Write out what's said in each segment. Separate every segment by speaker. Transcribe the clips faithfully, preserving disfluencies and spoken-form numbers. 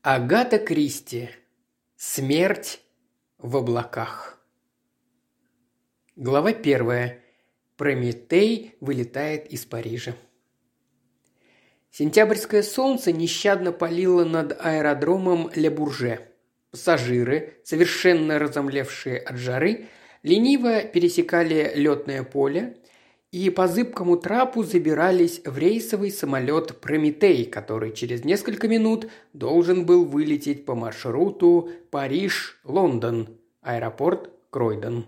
Speaker 1: Агата Кристи. Смерть в облаках. Глава первая. Прометей вылетает из Парижа. Сентябрьское солнце нещадно палило над аэродромом Ле Бурже. Пассажиры, совершенно разомлевшие от жары, лениво пересекали летное поле и по зыбкому трапу забирались в рейсовый самолет «Прометей», который через несколько минут должен был вылететь по маршруту Париж-Лондон, аэропорт Кройдон.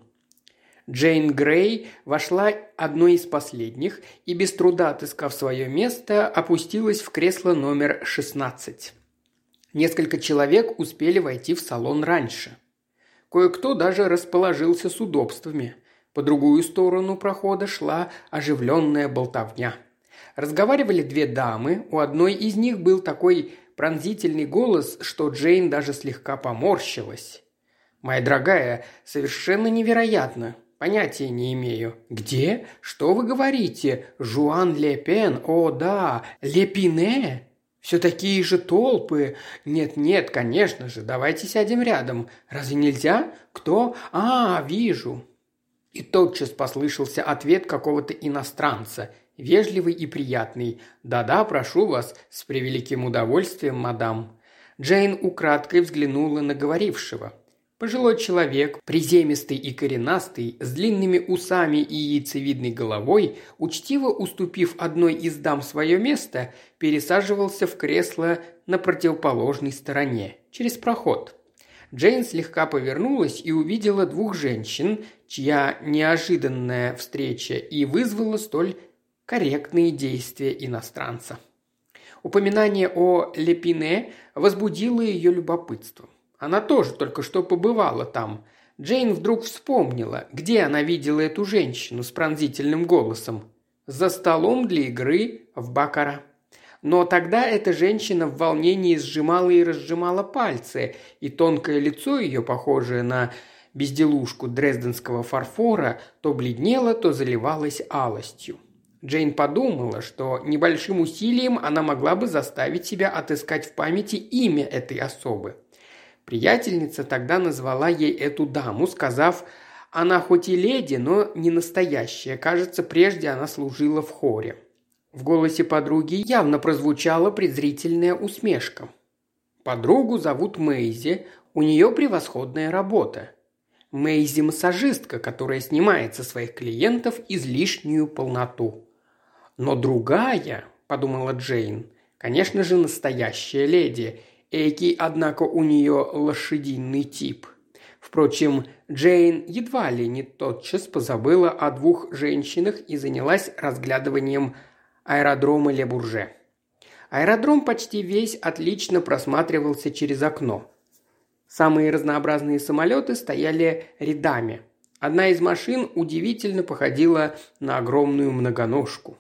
Speaker 1: Джейн Грей вошла одной из последних и, без труда отыскав свое место, опустилась в кресло номер шестнадцать. Несколько человек успели войти в салон раньше. Кое-кто даже расположился с удобствами. По другую сторону прохода шла оживленная болтовня. Разговаривали две дамы, у одной из них был такой пронзительный голос, что Джейн даже слегка поморщилась. «Моя дорогая, совершенно невероятно. Понятия не имею. Где? Что вы говорите? Жуан Ле Пен? О, да. Ле Пине? Все такие же толпы. Нет-нет, конечно же, давайте сядем рядом. Разве нельзя? Кто? А, вижу». И тотчас послышался ответ какого-то иностранца, вежливый и приятный. «Да-да, прошу вас, с превеликим удовольствием, мадам». Джейн украдкой взглянула на говорившего. Пожилой человек, приземистый и коренастый, с длинными усами и яйцевидной головой, учтиво уступив одной из дам свое место, пересаживался в кресло на противоположной стороне, через проход. Джейн слегка повернулась и увидела двух женщин, чья неожиданная встреча и вызвала столь корректные действия иностранца. Упоминание о Ле Пине возбудило ее любопытство. Она тоже только что побывала там. Джейн вдруг вспомнила, где она видела эту женщину с пронзительным голосом. За столом для игры в баккара. Но тогда эта женщина в волнении сжимала и разжимала пальцы, и тонкое лицо ее, похожее на безделушку дрезденского фарфора, то бледнело, то заливалось алостью. Джейн подумала, что небольшим усилием она могла бы заставить себя отыскать в памяти имя этой особы. Приятельница тогда назвала ей эту даму, сказав: «Она хоть и леди, но не настоящая. Кажется, прежде она служила в хоре». В голосе подруги явно прозвучала презрительная усмешка. Подругу зовут Мэйзи, у нее превосходная работа. Мэйзи – массажистка, которая снимает со своих клиентов излишнюю полноту. Но другая, подумала Джейн, конечно же, настоящая леди. Экий, однако, у нее лошадиный тип. Впрочем, Джейн едва ли не тотчас позабыла о двух женщинах и занялась разглядыванием аэродрома Ле Бурже. Аэродром почти весь отлично просматривался через окно. Самые разнообразные самолеты стояли рядами. Одна из машин удивительно походила на огромную многоножку.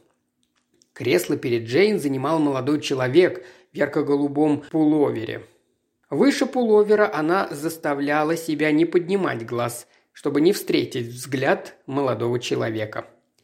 Speaker 1: Кресло перед Джейн занимал молодой человек в ярко-голубом пуловере. Выше пуловера она заставляла себя не поднимать глаз, чтобы не встретить взгляд молодого человека.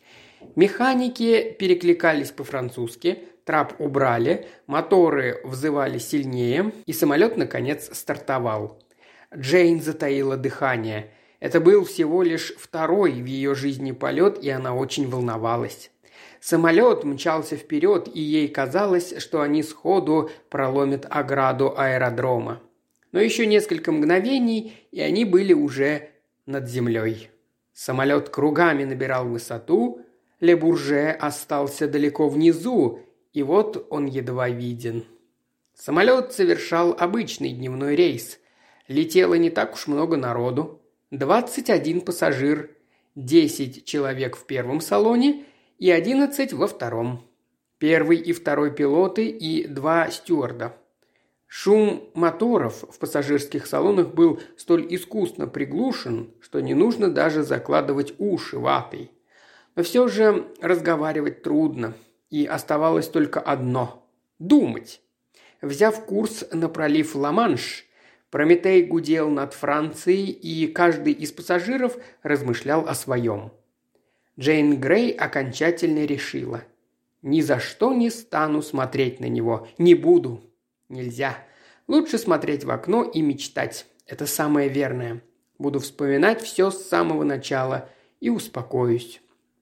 Speaker 1: Механики перекликались по-французски, трап убрали, моторы взывали сильнее, и самолет, наконец, стартовал. Джейн затаила дыхание. Это был всего лишь второй в ее жизни полет, и она очень волновалась. Самолет мчался вперед, и ей казалось, что они сходу проломят ограду аэродрома. Но еще несколько мгновений, и они были уже над землей. Самолет кругами набирал высоту, Ле Бурже остался далеко внизу, и вот он едва виден. Самолет совершал обычный дневной рейс. Летело не так уж много народу. двадцать один пассажир, десять человек в первом салоне и одиннадцать во втором. Первый и второй пилоты и два стюарда. Шум моторов в пассажирских салонах был столь искусно приглушен, что не нужно даже закладывать уши ватой. Но все же разговаривать трудно, и оставалось только одно – думать. Взяв курс на пролив Ла-Манш, Прометей гудел над Францией, и каждый из пассажиров размышлял о своем. Джейн Грей окончательно решила – ни за что не стану смотреть на него, не буду. Нельзя. Лучше смотреть в окно и мечтать. Это самое верное. Буду вспоминать все с самого начала и успокоюсь».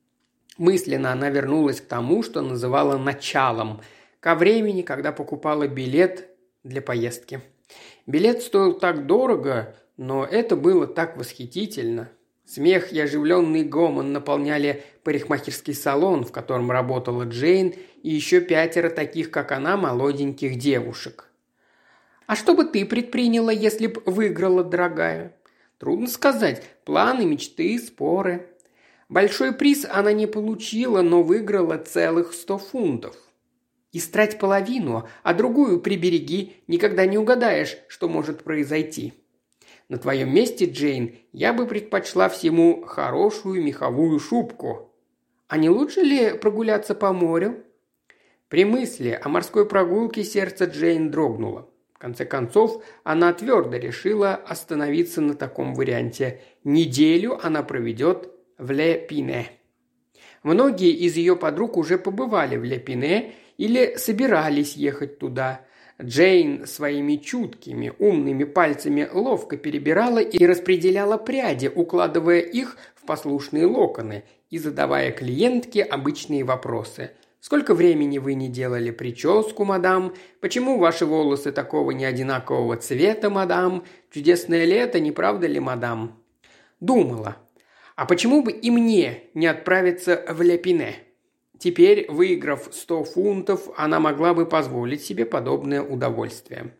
Speaker 1: Мысленно она вернулась к тому, что называла началом, ко времени, когда покупала билет для поездки. Билет стоил так дорого, но это было так восхитительно. Смех и оживленный гомон наполняли парикмахерский салон, в котором работала Джейн, и еще пятеро таких, как она, молоденьких девушек. «А что бы ты предприняла, если б выиграла, дорогая?» «Трудно сказать. Планы, мечты, споры». Большой приз она не получила, но выиграла целых сто фунтов. Истрать половину, а другую прибереги, никогда не угадаешь, что может произойти. На твоем месте, Джейн, я бы предпочла всему хорошую меховую шубку. А не лучше ли прогуляться по морю?» При мысли о морской прогулке сердце Джейн дрогнуло. В конце концов, она твердо решила остановиться на таком варианте. Неделю она проведет в Ле-Пине. Многие из ее подруг уже побывали в Ле-Пине или собирались ехать туда. Джейн своими чуткими, умными пальцами ловко перебирала и распределяла пряди, укладывая их в послушные локоны и задавая клиентке обычные вопросы. «Сколько времени вы не делали прическу, мадам? Почему ваши волосы такого неодинакового цвета, мадам? Чудесное лето, не правда ли, мадам?» Думала. А почему бы и мне не отправиться в Ле-Пине? Теперь, выиграв сто фунтов, она могла бы позволить себе подобное удовольствие.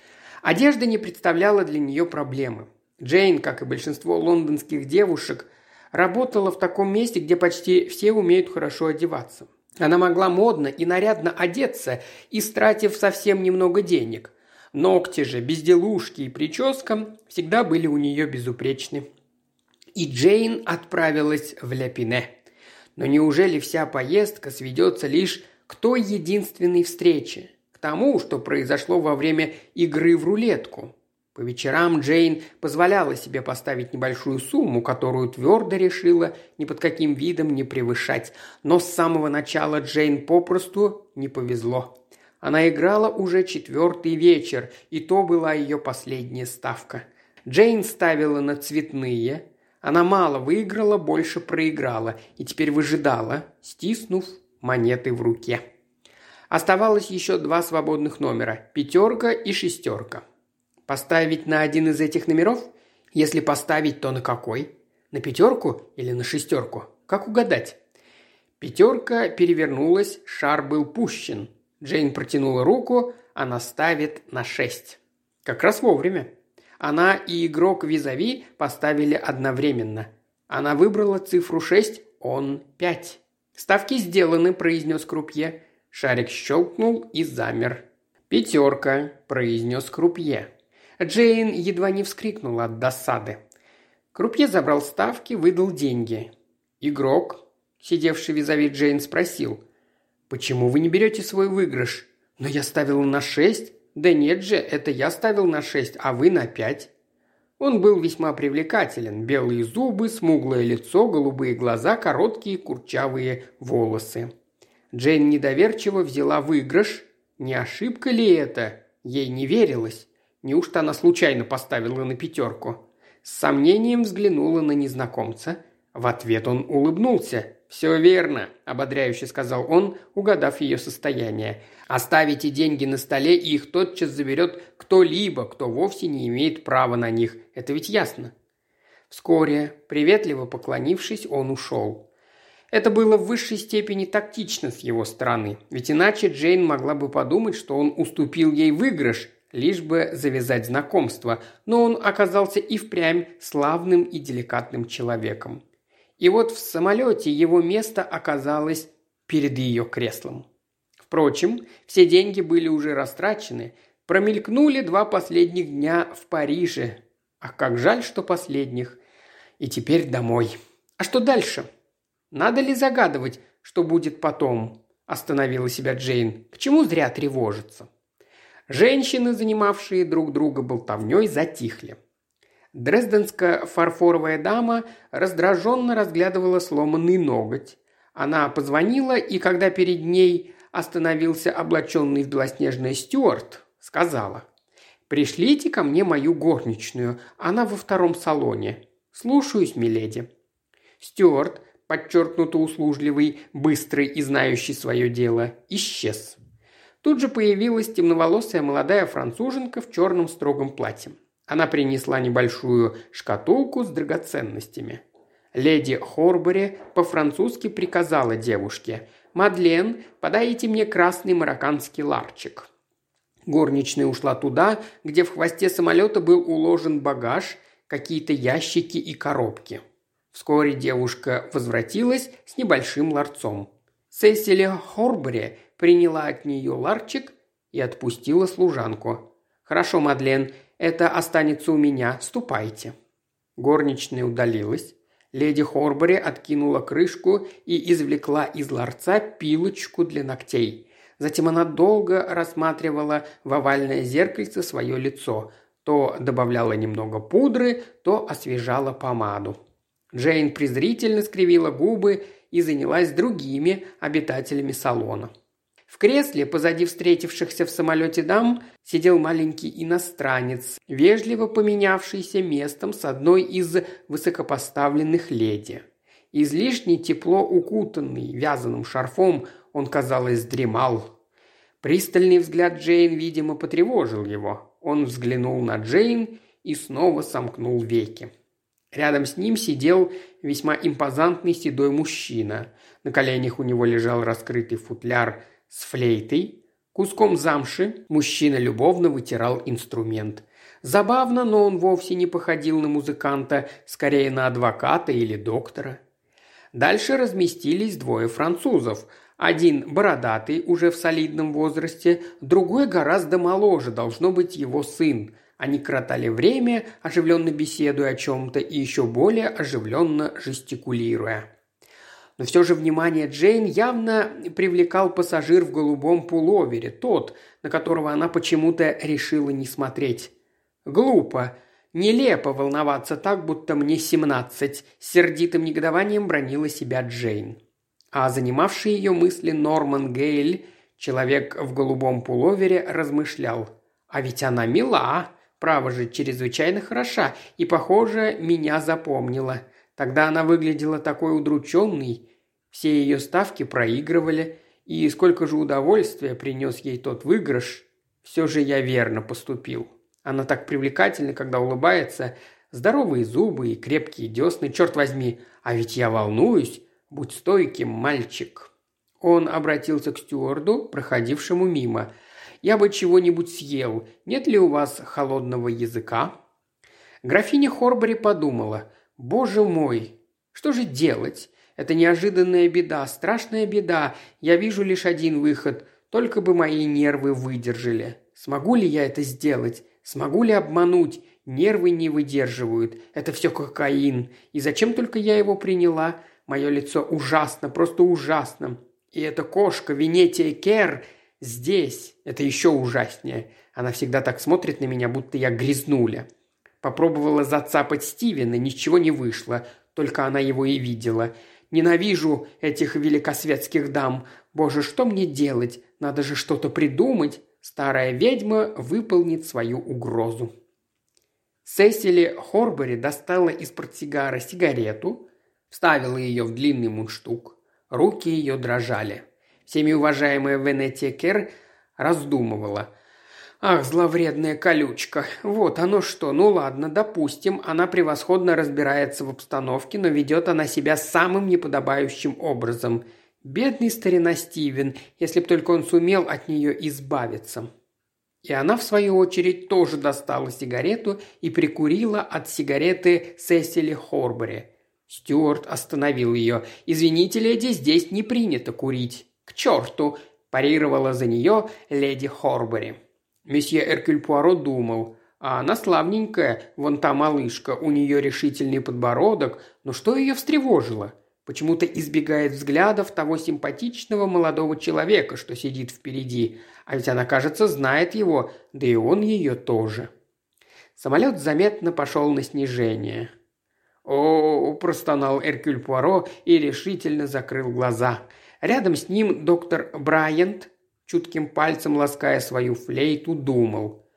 Speaker 1: Одежда не представляла для нее проблемы. Джейн, как и большинство лондонских девушек, работала в таком месте, где почти все умеют хорошо одеваться. Она могла модно и нарядно одеться, истратив совсем немного денег. Ногти же, безделушки и прическа всегда были у нее безупречны. И Джейн отправилась в Ле-Пине. Но неужели вся поездка сведется лишь к той единственной встрече, к тому, что произошло во время игры в рулетку? По вечерам Джейн позволяла себе поставить небольшую сумму, которую твердо решила ни под каким видом не превышать. Но с самого начала Джейн попросту не повезло. Она играла уже четвертый вечер, и то была ее последняя ставка. Джейн ставила на цветные. Она мало выиграла, больше проиграла, и теперь выжидала, стиснув монеты в руке. Оставалось еще два свободных номера – пятерка и шестерка. Поставить на один из этих номеров? Если поставить, то на какой? На пятерку или на шестерку? Как угадать? Пятерка перевернулась, шар был пущен. Джейн протянула руку, она ставит на шесть. Как раз вовремя. Она и игрок визави поставили одновременно. Она выбрала цифру шесть, он пять. «Ставки сделаны», – произнес крупье. Шарик щелкнул и замер. «Пятерка», – произнес крупье. Джейн едва не вскрикнула от досады. Крупье забрал ставки, выдал деньги. Игрок, сидевший визави Джейн, спросил: «Почему вы не берете свой выигрыш?» «Но я ставила на шесть». «Да нет же, это я ставил на шесть, а вы на пять». Он был весьма привлекателен. Белые зубы, смуглое лицо, голубые глаза, короткие курчавые волосы. Джейн недоверчиво взяла выигрыш. Не ошибка ли это? Ей не верилось. Неужто она случайно поставила на пятерку? С сомнением взглянула на незнакомца. В ответ он улыбнулся. «Все верно», – ободряюще сказал он, угадав ее состояние. «Оставите деньги на столе, и их тотчас заберет кто-либо, кто вовсе не имеет права на них. Это ведь ясно». Вскоре, приветливо поклонившись, он ушел. Это было в высшей степени тактично с его стороны, ведь иначе Джейн могла бы подумать, что он уступил ей выигрыш, лишь бы завязать знакомство, но он оказался и впрямь славным и деликатным человеком. И вот в самолете его место оказалось перед ее креслом. Впрочем, все деньги были уже растрачены. Промелькнули два последних дня в Париже. Ах, как жаль, что последних. И теперь домой. А что дальше? Надо ли загадывать, что будет потом? Остановила себя Джейн. К чему зря тревожиться? Женщины, занимавшие друг друга болтовней, затихли. Дрезденская фарфоровая дама раздраженно разглядывала сломанный ноготь. Она позвонила, и когда перед ней остановился облаченный в белоснежное стюарт, сказала: Пришлите ко мне мою горничную, она во втором салоне. Слушаюсь, миледи». Стюарт, подчеркнуто услужливый, быстрый и знающий свое дело, исчез. Тут же появилась темноволосая молодая француженка в черном строгом платье. Она принесла небольшую шкатулку с драгоценностями. Леди Хорбори по-французски приказала девушке: «Мадлен, подайте мне красный марокканский ларчик». Горничная ушла туда, где в хвосте самолета был уложен багаж, какие-то ящики и коробки. Вскоре девушка возвратилась с небольшим ларцом. Сесили Хорбори приняла от нее ларчик и отпустила служанку. «Хорошо, Мадлен, это останется у меня, ступайте». Горничная удалилась. Леди Хорбори откинула крышку и извлекла из ларца пилочку для ногтей. Затем она долго рассматривала в овальное зеркальце свое лицо. То добавляла немного пудры, то освежала помаду. Джейн презрительно скривила губы и занялась другими обитателями салона. В кресле позади встретившихся в самолете дам сидел маленький иностранец, вежливо поменявшийся местом с одной из высокопоставленных леди. Излишне тепло укутанный вязаным шарфом, он, казалось, дремал. Пристальный взгляд Джейн, видимо, потревожил его. Он взглянул на Джейн и снова сомкнул веки. Рядом с ним сидел весьма импозантный седой мужчина. На коленях у него лежал раскрытый футляр с флейтой. Куском замши мужчина любовно вытирал инструмент. Забавно, но он вовсе не походил на музыканта, скорее на адвоката или доктора. Дальше разместились двое французов. Один бородатый, уже в солидном возрасте, другой гораздо моложе, должно быть его сын. Они коротали время, оживленно беседуя о чем-то и еще более оживленно жестикулируя. Но все же внимание Джейн явно привлекал пассажир в голубом пуловере, тот, на которого она почему-то решила не смотреть. «Глупо, нелепо волноваться так, будто мне семнадцать», – с сердитым негодованием бранила себя Джейн. А занимавший ее мысли Норман Гейль, человек в голубом пуловере, размышлял: «А ведь она мила, право же, чрезвычайно хороша и, похоже, меня запомнила. Тогда она выглядела такой удрученной. Все ее ставки проигрывали, и сколько же удовольствия принес ей тот выигрыш. Все же я верно поступил. Она так привлекательна, когда улыбается, здоровые зубы и крепкие десны, черт возьми, а ведь я волнуюсь, будь стойким, мальчик». Он обратился к стюарду, проходившему мимо. «Я бы чего-нибудь съел. Нет ли у вас холодного языка?» Графиня Хорбори подумала: «Боже мой, что же делать? Это неожиданная беда, страшная беда. Я вижу лишь один выход. Только бы мои нервы выдержали. Смогу ли я это сделать? Смогу ли обмануть? Нервы не выдерживают. Это все кокаин. И зачем только я его приняла? Мое лицо ужасно, просто ужасно. И эта кошка Венетия Кер здесь. Это еще ужаснее. Она всегда так смотрит на меня, будто я грязнуля. Попробовала зацапать Стивена, ничего не вышло. Только она его и видела. Ненавижу этих великосветских дам. Боже, что мне делать? Надо же что-то придумать. Старая ведьма выполнит свою угрозу». Сесили Хорбори достала из портсигара сигарету, вставила ее в длинный мундштук. Руки ее дрожали. Всеми уважаемая Венетия Кер раздумывала. «Ах, зловредная колючка! Вот оно что! Ну ладно, допустим, она превосходно разбирается в обстановке, но ведет она себя самым неподобающим образом. Бедный старина Стивен, если б только он сумел от нее избавиться». И она, в свою очередь, тоже достала сигарету и прикурила от сигареты Сесили Хорбори. Стюарт остановил ее. «Извините, леди, здесь не принято курить». «К черту!» – парировала за нее леди Хорбори. Месье Эркюль Пуаро думал: а она славненькая, вон та малышка, у нее решительный подбородок, но что ее встревожило? Почему-то избегает взглядов того симпатичного молодого человека, что сидит впереди, а ведь она, кажется, знает его, да и он ее тоже. Самолет заметно пошел на снижение. «О, — простонал Эркюль Пуаро и решительно закрыл глаза. Рядом с ним доктор Брайант, чутким пальцем лаская свою флейту, думал: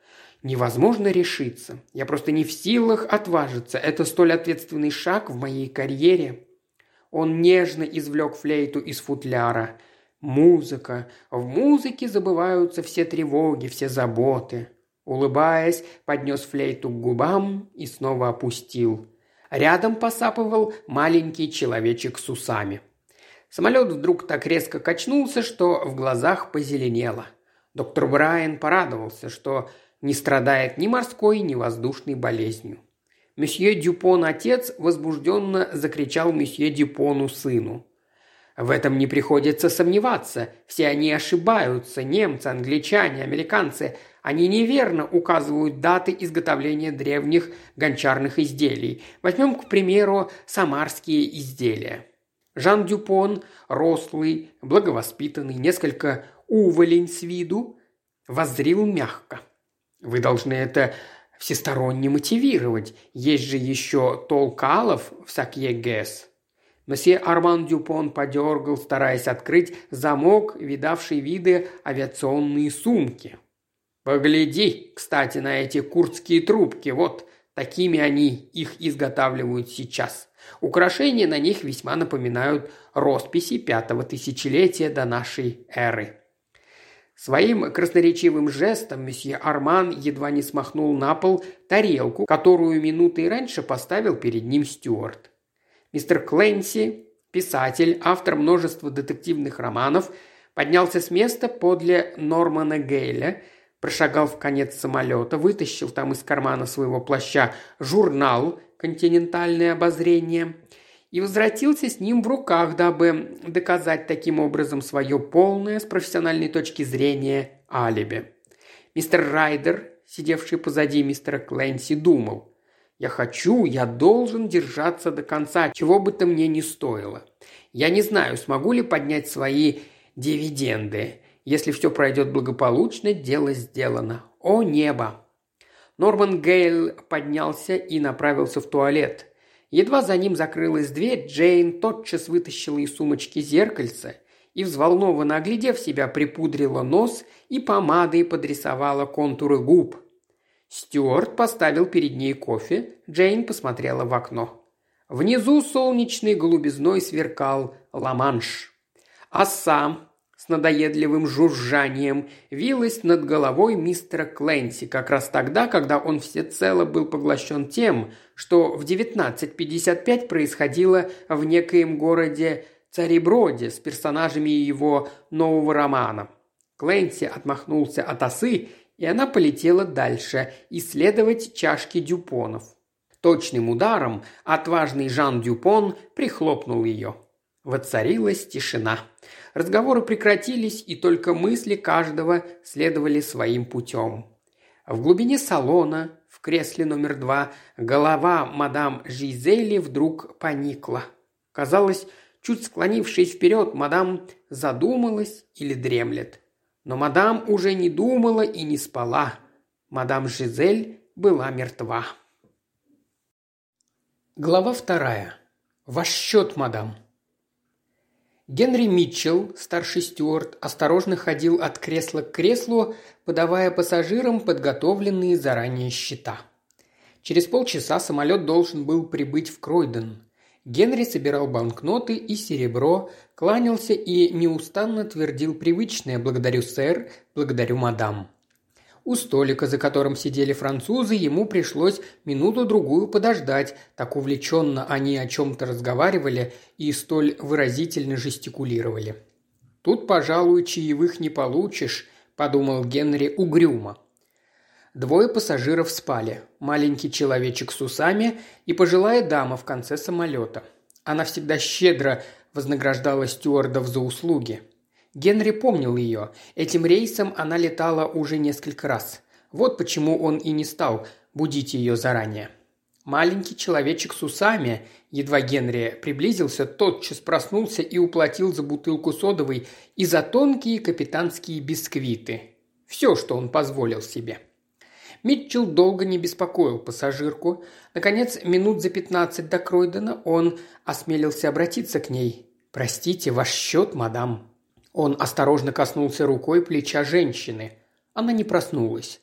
Speaker 1: Невозможно решиться. Я просто не в силах отважиться. Это столь ответственный шаг в моей карьере». Он нежно извлек флейту из футляра. Музыка. В музыке забываются все тревоги, все заботы. Улыбаясь, поднес флейту к губам и снова опустил. Рядом посапывал маленький человечек с усами. Самолет вдруг так резко качнулся, что в глазах позеленело. Доктор Брайан порадовался, что не страдает ни морской, ни воздушной болезнью. Месье Дюпон, отец, возбужденно закричал месье Дюпону, сыну. В этом не приходится сомневаться. Все они ошибаются. Немцы, англичане, американцы. Они неверно указывают даты изготовления древних гончарных изделий. Возьмем, к примеру, самарские изделия. Жан Дюпон, рослый, благовоспитанный, несколько уволень с виду, воззрил мягко. Вы должны это всесторонне мотивировать. Есть же еще Толкалов в Сакье-Гэс. Месье Арман Дюпон подергал, стараясь открыть замок, видавший виды авиационные сумки. «Погляди, кстати, на эти курдские трубки. Вот такими они их изготавливают сейчас. Украшения на них весьма напоминают росписи пятого тысячелетия до нашей эры». Своим красноречивым жестом месье Арман едва не смахнул на пол тарелку, которую минутой раньше поставил перед ним Стюарт. Мистер Кленси, писатель, автор множества детективных романов, поднялся с места подле Нормана Гейля, прошагал в конец самолета, вытащил там из кармана своего плаща журнал «Континентальное обозрение» и возвратился с ним в руках, дабы доказать таким образом свое полное, с профессиональной точки зрения, алиби. Мистер Райдер, сидевший позади мистера Кленси, думал: «Я хочу, я должен держаться до конца, чего бы то мне ни стоило. Я не знаю, смогу ли поднять свои дивиденды. Если все пройдет благополучно, дело сделано. О небо!» Норман Гейл поднялся и направился в туалет. Едва за ним закрылась дверь, Джейн тотчас вытащила из сумочки зеркальце и, взволнованно оглядев себя, припудрила нос и помадой подрисовала контуры губ. Стюарт поставил перед ней кофе, Джейн посмотрела в окно. Внизу солнечной голубизной сверкал Ла-Манш. Оса с надоедливым жужжанием вилась над головой мистера Кленси как раз тогда, когда он всецело был поглощен тем, что в девятнадцать пятьдесят пять происходило в некоем городе Цариброде с персонажами его нового романа. Кленси отмахнулся от осы, и она полетела дальше исследовать чашки Дюпонов. Точным ударом отважный Жан Дюпон прихлопнул ее. Воцарилась тишина. Разговоры прекратились, и только мысли каждого следовали своим путем. В глубине салона, в кресле номер два, голова мадам Жизели вдруг поникла. Казалось, чуть склонившись вперед, мадам задумалась или дремлет. Но мадам уже не думала и не спала. Мадам Жизель была мертва. Глава вторая. Ваш счет, мадам. Генри Митчелл, старший стюард, осторожно ходил от кресла к креслу, подавая пассажирам подготовленные заранее счета. Через полчаса самолет должен был прибыть в Кройдон. Генри собирал банкноты и серебро, кланялся и неустанно твердил привычное «благодарю, сэр», «благодарю, мадам». У столика, за которым сидели французы, ему пришлось минуту-другую подождать, так увлеченно они о чем-то разговаривали и столь выразительно жестикулировали. «Тут, пожалуй, чаевых не получишь», – подумал Генри угрюмо. Двое пассажиров спали – маленький человечек с усами и пожилая дама в конце самолета. Она всегда щедро вознаграждала стюардов за услуги. Генри помнил ее. Этим рейсом она летала уже несколько раз. Вот почему он и не стал будить ее заранее. Маленький человечек с усами, едва Генри приблизился, тотчас проснулся и уплатил за бутылку содовой и за тонкие капитанские бисквиты. Все, что он позволил себе. Митчелл долго не беспокоил пассажирку. Наконец, минут за пятнадцать до Кройдона он осмелился обратиться к ней. «Простите, ваш счет, мадам». Он осторожно коснулся рукой плеча женщины. Она не проснулась.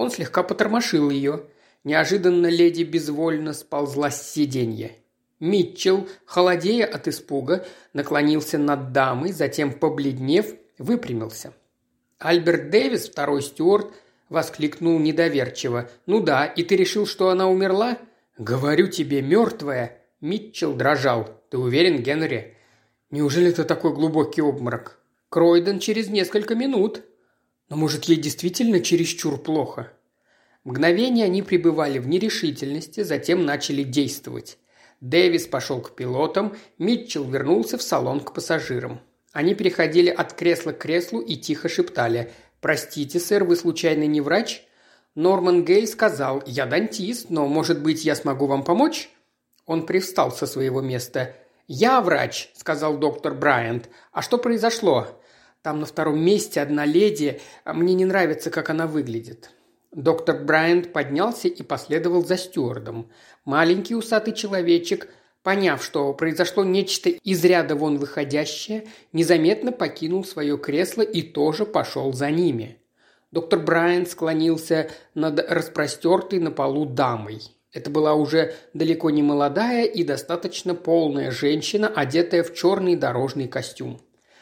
Speaker 1: Он слегка потормошил ее. Неожиданно леди безвольно сползла с сиденья. Митчелл, холодея от испуга, наклонился над дамой, затем, побледнев, выпрямился. Альберт Дэвис, второй стюард, воскликнул недоверчиво. «Ну да, и ты решил, что она умерла?» «Говорю тебе, мертвая!» Митчелл дрожал. «Ты уверен, Генри?» «Неужели это такой глубокий обморок?» «Кройден через несколько минут». «Но, может, ей действительно чересчур плохо?» Мгновение они пребывали в нерешительности, затем начали действовать. Дэвис пошел к пилотам, Митчелл вернулся в салон к пассажирам. Они переходили от кресла к креслу и тихо шептали: «Простите, сэр, вы случайно не врач?» Норман Гейл сказал: «Я дантист, но, может быть, я смогу вам помочь?» Он привстал со своего места. «Я врач», – сказал доктор Брайант. «А что произошло?» «Там на втором месте одна леди. Мне не нравится, как она выглядит». Доктор Брайант поднялся и последовал за стюардом. Маленький усатый человечек, поняв, что произошло нечто из ряда вон выходящее, незаметно покинул свое кресло и тоже пошел за ними. Доктор Брайант склонился над распростертой на полу дамой. Это была уже далеко не молодая и достаточно полная женщина, одетая в черный дорожный костюм.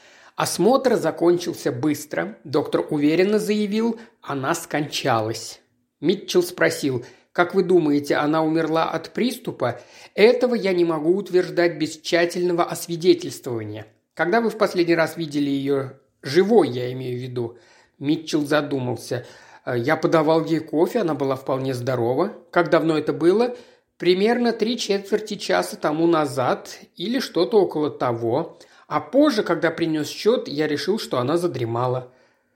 Speaker 1: Осмотр закончился быстро. Доктор уверенно заявил, она скончалась. Митчелл спросил: «Как вы думаете, она умерла от приступа?» «Этого я не могу утверждать без тщательного освидетельствования. Когда вы в последний раз видели ее живой, я имею в виду?» Митчелл задумался. «Я подавал ей кофе, она была вполне здорова. Как давно это было?» «Примерно три четверти часа тому назад или что-то около того. А позже, когда принес счет, я решил, что она задремала».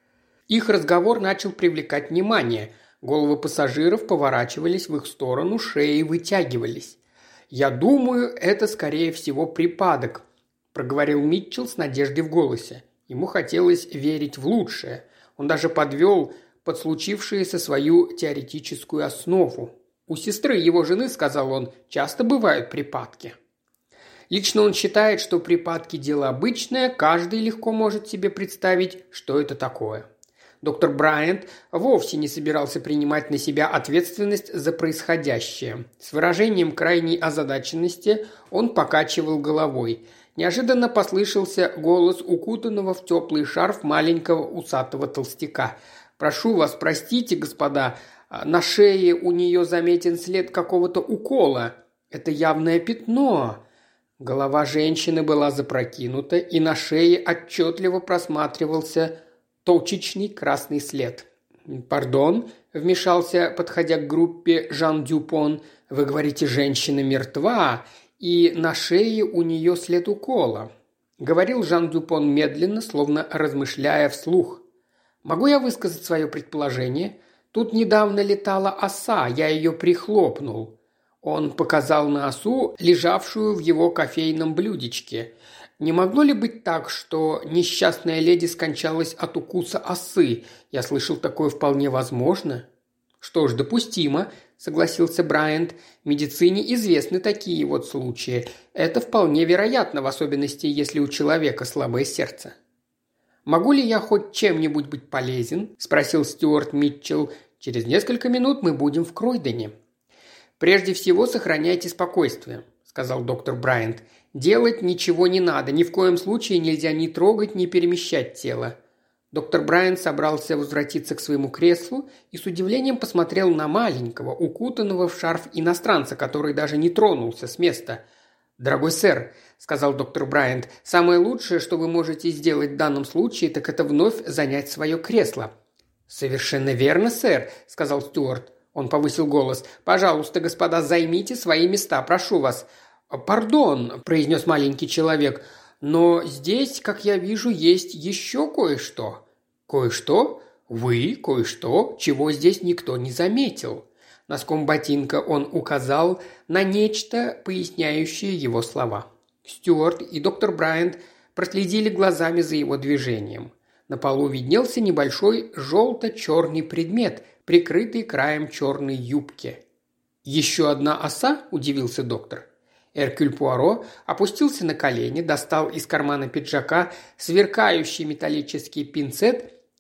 Speaker 1: Их разговор начал привлекать внимание. Головы пассажиров поворачивались в их сторону, шеи вытягивались. «Я думаю, это, скорее всего, припадок», – проговорил Митчелл с надеждой в голосе. Ему хотелось верить в лучшее. Он даже подвел под случившееся свою теоретическую основу. «У сестры его жены, – сказал он, – часто бывают припадки». Лично он считает, что припадки – дело обычное, каждый легко может себе представить, что это такое. Доктор Брайант вовсе не собирался принимать на себя ответственность за происходящее. С выражением крайней озадаченности он покачивал головой. Неожиданно послышался голос укутанного в теплый шарф маленького усатого толстяка. «Прошу вас, простите, господа, на шее у нее заметен след какого-то укола. Это явное пятно». Голова женщины была запрокинута, и на шее отчетливо просматривался точечный красный след. «Пардон», – вмешался, подходя к группе, Жан Дюпон, – «вы говорите, женщина мертва, и на шее у нее след укола». Говорил Жан Дюпон медленно, словно размышляя вслух. «Могу я высказать свое предположение? Тут недавно летала оса, я ее прихлопнул». Он показал на осу, лежавшую в его кофейном блюдечке. Не могло ли быть так, что несчастная леди скончалась от укуса осы? Я слышал, такое вполне возможно. Что ж, допустимо, согласился Брайант. В медицине известны такие вот случаи. Это вполне вероятно, в особенности, если у человека слабое сердце. «Могу ли я хоть чем-нибудь быть полезен?» – спросил Стюарт Митчелл. «Через несколько минут мы будем в Кройдене». «Прежде всего сохраняйте спокойствие», – сказал доктор Брайант. «Делать ничего не надо, ни в коем случае нельзя ни трогать, ни перемещать тело». Доктор Брайант собрался возвратиться к своему креслу и с удивлением посмотрел на маленького, укутанного в шарф иностранца, который даже не тронулся с места. «Дорогой сэр», – сказал доктор Брайант, – «самое лучшее, что вы можете сделать в данном случае, так это вновь занять свое кресло». «Совершенно верно, сэр», – сказал Стюарт. Он повысил голос. «Пожалуйста, господа, займите свои места, прошу вас». «Пардон», – произнес маленький человек, – «но здесь, как я вижу, есть еще кое-что». «Кое-что? Вы? Кое-что? Чего здесь никто не заметил?» Носком ботинка он указал на нечто, поясняющее его слова. Стюарт и доктор Брайант проследили глазами за его движением. На полу виднелся небольшой желто-черный предмет, прикрытый краем черной юбки. «Еще одна оса?» – удивился доктор. Эркюль Пуаро опустился на колени, достал из кармана пиджака сверкающий металлический пинцет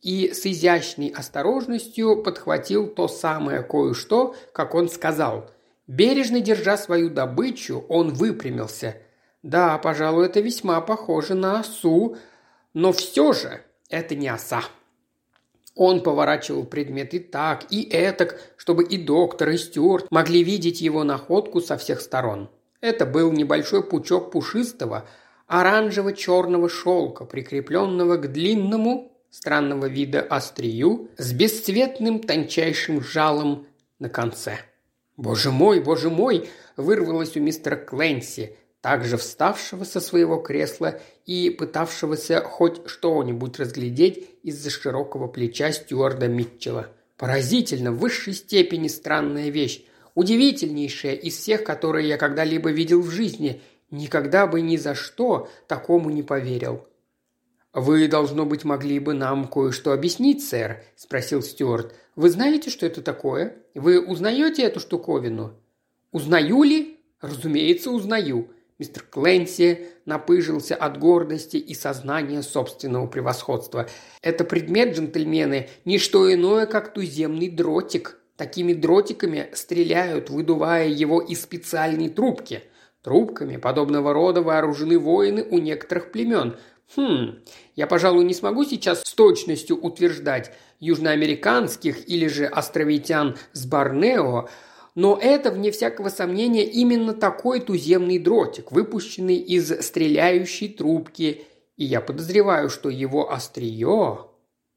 Speaker 1: и с изящной осторожностью подхватил то самое кое-что, как он сказал. Бережно держа свою добычу, он выпрямился. Да, пожалуй, это весьма похоже на осу, но все же это не оса. Он поворачивал предметы так и этак, чтобы и доктор, и Стюарт могли видеть его находку со всех сторон. Это был небольшой пучок пушистого, оранжево-черного шелка, прикрепленного к длинному, странного вида острию, с бесцветным тончайшим жалом на конце. «Боже мой, боже мой!» – вырвалось у мистера Кленси, также вставшего со своего кресла и пытавшегося хоть что-нибудь разглядеть из-за широкого плеча Стюарда Митчелла. «Поразительно, в высшей степени странная вещь, удивительнейшая из всех, которые я когда-либо видел в жизни. Никогда бы ни за что такому не поверил». «Вы, должно быть, могли бы нам кое-что объяснить, сэр?» – спросил Стюарт. «Вы знаете, что это такое? Вы узнаете эту штуковину?» «Узнаю ли? Разумеется, узнаю». Мистер Кленси напыжился от гордости и сознания собственного превосходства. «Это предмет, джентльмены, не что иное, как туземный дротик. Такими дротиками стреляют, выдувая его из специальной трубки. Трубками подобного рода вооружены воины у некоторых племен. Хм, я, пожалуй, не смогу сейчас с точностью утверждать южноамериканских или же островитян с Борнео, но это, вне всякого сомнения, именно такой туземный дротик, выпущенный из стреляющей трубки, и я подозреваю, что его острие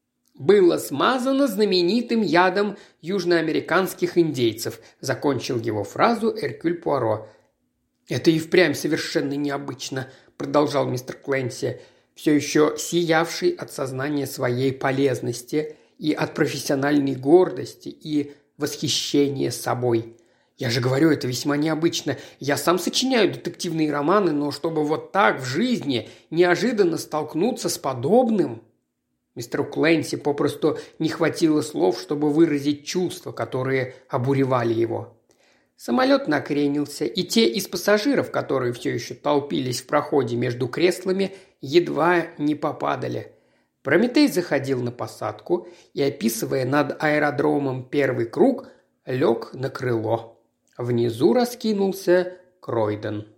Speaker 1: было смазано знаменитым ядом южноамериканских индейцев», закончил его фразу Эркюль Пуаро. «Это и впрямь совершенно необычно», – продолжал мистер Кленси, все еще сиявший от сознания своей полезности и от профессиональной гордости и восхищения собой. «Я же говорю, это весьма необычно. Я сам сочиняю детективные романы, но чтобы вот так в жизни неожиданно столкнуться с подобным...» Мистеру Кленси попросту не хватило слов, чтобы выразить чувства, которые обуревали его. Самолет накренился, и те из пассажиров, которые все еще толпились в проходе между креслами, едва не попадали. Прометей заходил на посадку и, описывая над аэродромом первый круг, лег на крыло. Внизу раскинулся Кройден.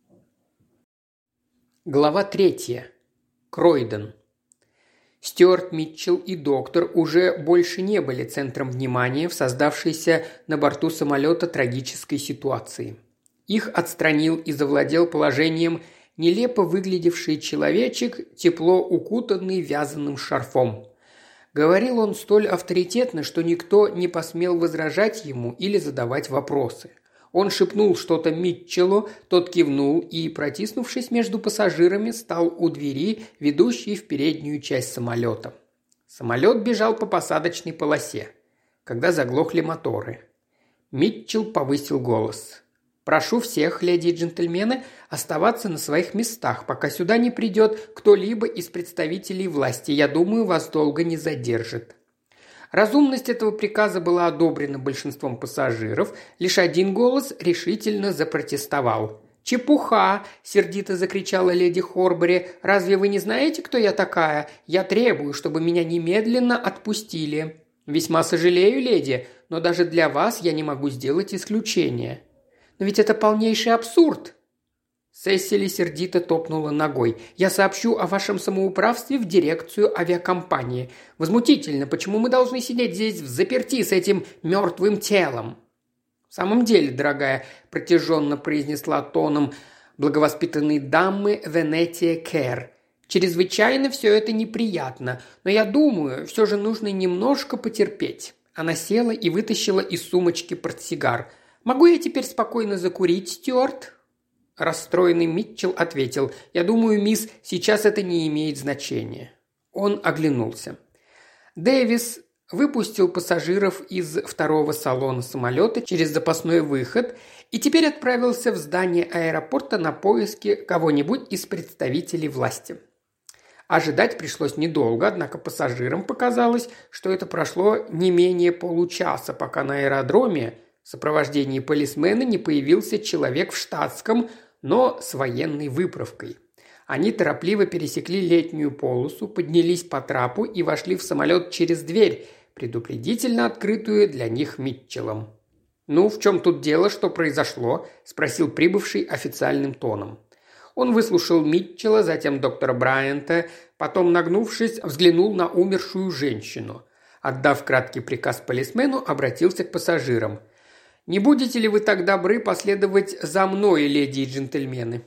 Speaker 1: Глава третья. Кройден. Стюарт Митчелл и доктор уже больше не были центром внимания в создавшейся на борту самолета трагической ситуации. Их отстранил и завладел положением нелепо выглядевший человечек, тепло укутанный вязаным шарфом. Говорил он столь авторитетно, что никто не посмел возражать ему или задавать вопросы. Он шепнул что-то Митчеллу, тот кивнул и, протиснувшись между пассажирами, стал у двери, ведущей в переднюю часть самолета. Самолет бежал по посадочной полосе, когда заглохли моторы. Митчелл повысил голос. «Прошу всех, леди и джентльмены, оставаться на своих местах, пока сюда не придет кто-либо из представителей власти. Я думаю, вас долго не задержит». Разумность этого приказа была одобрена большинством пассажиров, лишь один голос решительно запротестовал. «Чепуха!» – сердито закричала леди Хорбери. «Разве вы не знаете, кто я такая? Я требую, чтобы меня немедленно отпустили». «Весьма сожалею, леди, но даже для вас я не могу сделать исключение». «Но ведь это полнейший абсурд!» Сесили сердито топнула ногой. «Я сообщу о вашем самоуправстве в дирекцию авиакомпании. Возмутительно, почему мы должны сидеть здесь взаперти с этим мертвым телом?» «В самом деле, дорогая», – протяженно произнесла тоном благовоспитанной дамы Венетия Кэр, «чрезвычайно все это неприятно, но я думаю, все же нужно немножко потерпеть». Она села и вытащила из сумочки портсигар. «Могу я теперь спокойно закурить, Стюарт?» Расстроенный Митчелл ответил: «Я думаю, мисс, сейчас это не имеет значения». Он оглянулся. Дэвис выпустил пассажиров из второго салона самолета через запасной выход и теперь отправился в здание аэропорта на поиски кого-нибудь из представителей власти. Ожидать пришлось недолго, однако пассажирам показалось, что это прошло не менее получаса, пока на аэродроме в сопровождении полисмена не появился человек в штатском, но с военной выправкой. Они торопливо пересекли летнюю полосу, поднялись по трапу и вошли в самолет через дверь, предупредительно открытую для них Митчеллом. «Ну, в чем тут дело, что произошло?» – спросил прибывший официальным тоном. Он выслушал Митчелла, затем доктора Брайанта, потом, нагнувшись, взглянул на умершую женщину. Отдав краткий приказ полисмену, обратился к пассажирам. «Не будете ли вы так добры последовать за мной, леди и джентльмены?»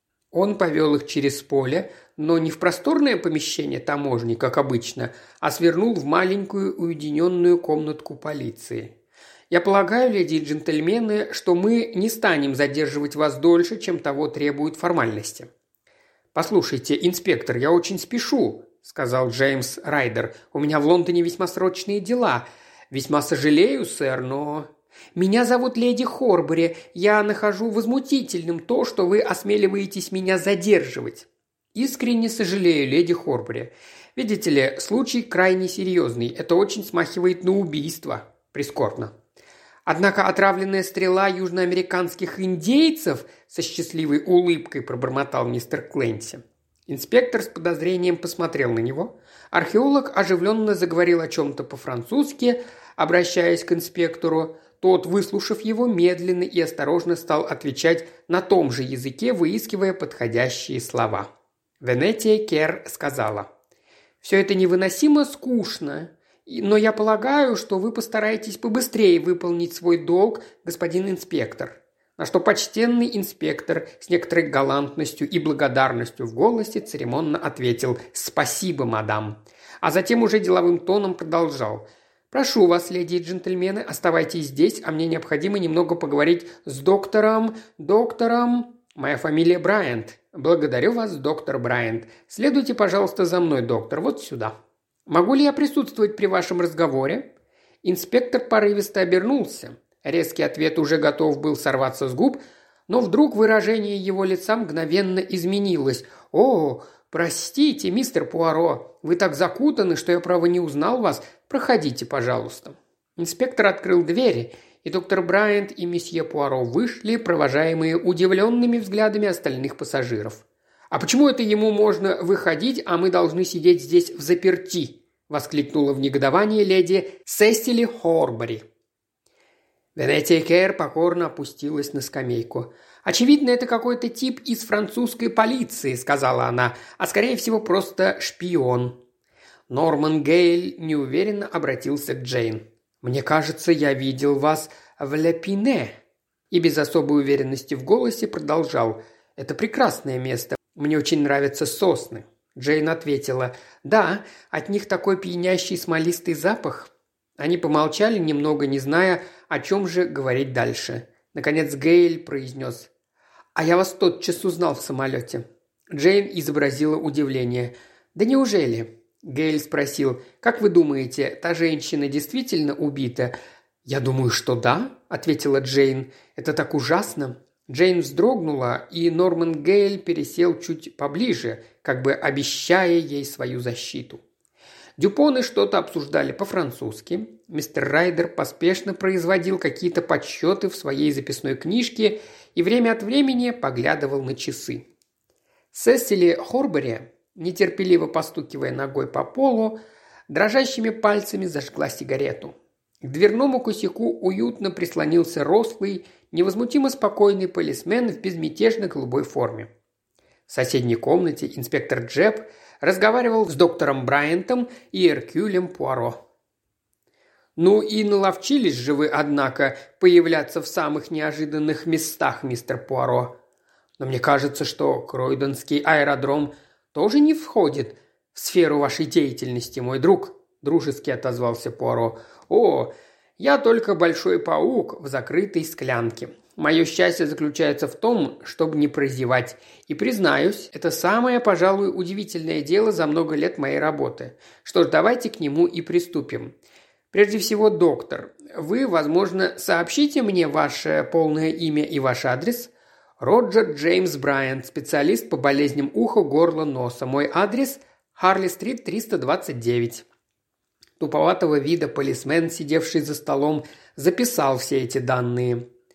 Speaker 1: Он повел их через поле, но не в просторное помещение таможни, как обычно, а свернул в маленькую уединенную комнатку полиции. «Я полагаю, леди и джентльмены, что мы не станем задерживать вас дольше, чем того требуют формальности». «Послушайте, инспектор, я очень спешу», – сказал Джеймс Райдер. «У меня в Лондоне весьма срочные дела. Весьма сожалею, сэр, но...» «Меня зовут леди Хорбери. Я нахожу возмутительным то, что вы осмеливаетесь меня задерживать». «Искренне сожалею, леди Хорбери. Видите ли, случай крайне серьезный. Это очень смахивает на убийство. Прискорбно». «Однако отравленная стрела южноамериканских индейцев», со счастливой улыбкой пробормотал мистер Кленси. Инспектор с подозрением посмотрел на него. Археолог оживленно заговорил о чем-то по-французски, обращаясь к инспектору. Тот, выслушав его, медленно и осторожно стал отвечать на том же языке, выискивая подходящие слова. Венетия Кер сказала: «Все это невыносимо скучно, но я полагаю, что вы постараетесь побыстрее выполнить свой долг, господин инспектор». На что почтенный инспектор с некоторой галантностью и благодарностью в голосе церемонно ответил «Спасибо, мадам», а затем уже деловым тоном продолжал: «Прошу вас, леди и джентльмены, оставайтесь здесь, а мне необходимо немного поговорить с доктором... доктором... Моя фамилия Брайант. Благодарю вас, доктор Брайант. Следуйте, пожалуйста, за мной, доктор, вот сюда. Могу ли я присутствовать при вашем разговоре?» Инспектор порывисто обернулся. Резкий ответ уже готов был сорваться с губ, но вдруг выражение его лица мгновенно изменилось. «О, простите, мистер Пуаро, вы так закутаны, что я, право, не узнал вас. Проходите, пожалуйста». Инспектор открыл двери, и доктор Брайант и месье Пуаро вышли, провожаемые удивленными взглядами остальных пассажиров. «А почему это ему можно выходить, а мы должны сидеть здесь взаперти?» – воскликнула в негодовании леди Сесили Хорбери. Венетия Кер покорно опустилась на скамейку. «Очевидно, это какой-то тип из французской полиции», – сказала она, – «а скорее всего просто шпион». Норман Гейл неуверенно обратился к Джейн. «Мне кажется, я видел вас в Ле-Пине». И без особой уверенности в голосе продолжал: «Это прекрасное место. Мне очень нравятся сосны». Джейн ответила: «Да, от них такой пьянящий смолистый запах». Они помолчали немного, не зная, о чем же говорить дальше. Наконец Гейл произнес: «А я вас тотчас узнал в самолете». Джейн изобразила удивление. «Да неужели?» Гейл спросил: «Как вы думаете, та женщина действительно убита?» «Я думаю, что да», – ответила Джейн. «Это так ужасно». Джейн вздрогнула, и Норман Гейл пересел чуть поближе, как бы обещая ей свою защиту. Дюпоны что-то обсуждали по-французски. Мистер Райдер поспешно производил какие-то подсчеты в своей записной книжке и время от времени поглядывал на часы. Сесили Хорбери, нетерпеливо постукивая ногой по полу, дрожащими пальцами зажгла сигарету. К дверному косяку уютно прислонился рослый, невозмутимо спокойный полисмен в безмятежно голубой форме. В соседней комнате инспектор Джеб разговаривал с доктором Брайантом и Эркюлем Пуаро. «Ну и наловчились же вы, однако, появляться в самых неожиданных местах, мистер Пуаро. Но мне кажется, что Кройдонский аэродром тоже не входит в сферу вашей деятельности, мой друг», – дружески отозвался Пуаро. «О, я только большой паук в закрытой склянке. Мое счастье заключается в том, чтобы не прозевать. И, признаюсь, это самое, пожалуй, удивительное дело за много лет моей работы. Что ж, давайте к нему и приступим. Прежде всего, доктор, вы, возможно, сообщите мне ваше полное имя и ваш адрес?» «Роджер Джеймс Брайант, специалист по болезням уха, горла, носа. Мой адрес – Харли-стрит, триста двадцать девять». Туповатого вида полисмен, сидевший за столом, записал все эти данные.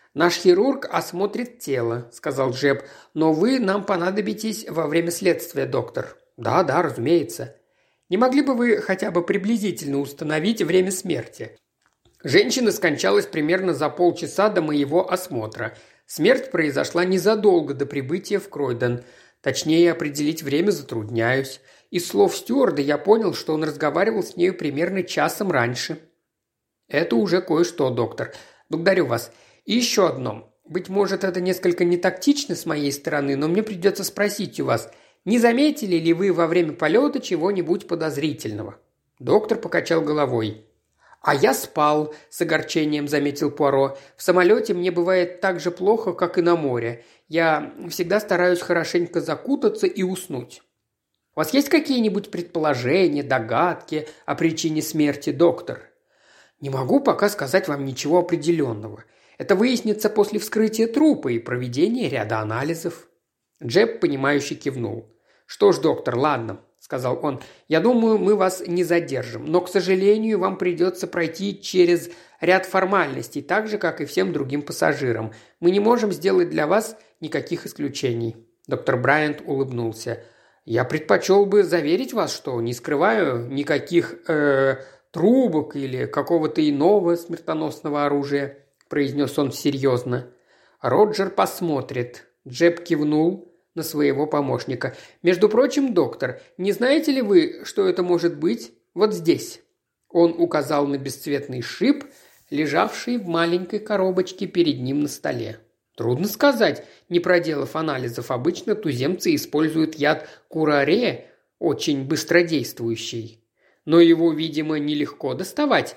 Speaker 1: «Наш хирург осмотрит тело», – сказал Джеб, – «но вы нам понадобитесь во время следствия, доктор». «Да, да, разумеется». «Не могли бы вы хотя бы приблизительно установить время смерти?» «Женщина скончалась примерно за полчаса до моего осмотра. Смерть произошла незадолго до прибытия в Кройдон. Точнее определить время затрудняюсь. Из слов стюарда я понял, что он разговаривал с нею примерно часом раньше». «Это уже кое-что, доктор. Благодарю вас. И еще одно. Быть может, это несколько нетактично с моей стороны, но мне придется спросить у вас, не заметили ли вы во время полета чего-нибудь подозрительного?» Доктор покачал головой. «А я спал», – с огорчением заметил Пуаро. «В самолете мне бывает так же плохо, как и на море. Я всегда стараюсь хорошенько закутаться и уснуть». «У вас есть какие-нибудь предположения, догадки о причине смерти, доктор?» «Не могу пока сказать вам ничего определенного. Это выяснится после вскрытия трупа и проведения ряда анализов». Джеб, понимающе кивнул. «Что ж, доктор, ладно», – сказал он, – «я думаю, мы вас не задержим, но, к сожалению, вам придется пройти через ряд формальностей, так же, как и всем другим пассажирам. Мы не можем сделать для вас никаких исключений». Доктор Брайант улыбнулся. «Я предпочел бы заверить вас, что не скрываю никаких э, трубок или какого-то иного смертоносного оружия», – произнес он серьезно. «Роджер посмотрит». Джеб кивнул на своего помощника. «Между прочим, доктор, не знаете ли вы, что это может быть вот здесь?» Он указал на бесцветный шип, лежавший в маленькой коробочке перед ним на столе. «Трудно сказать, не проделав анализов. Обычно туземцы используют яд кураре, очень быстродействующий. Но его, видимо, нелегко доставать.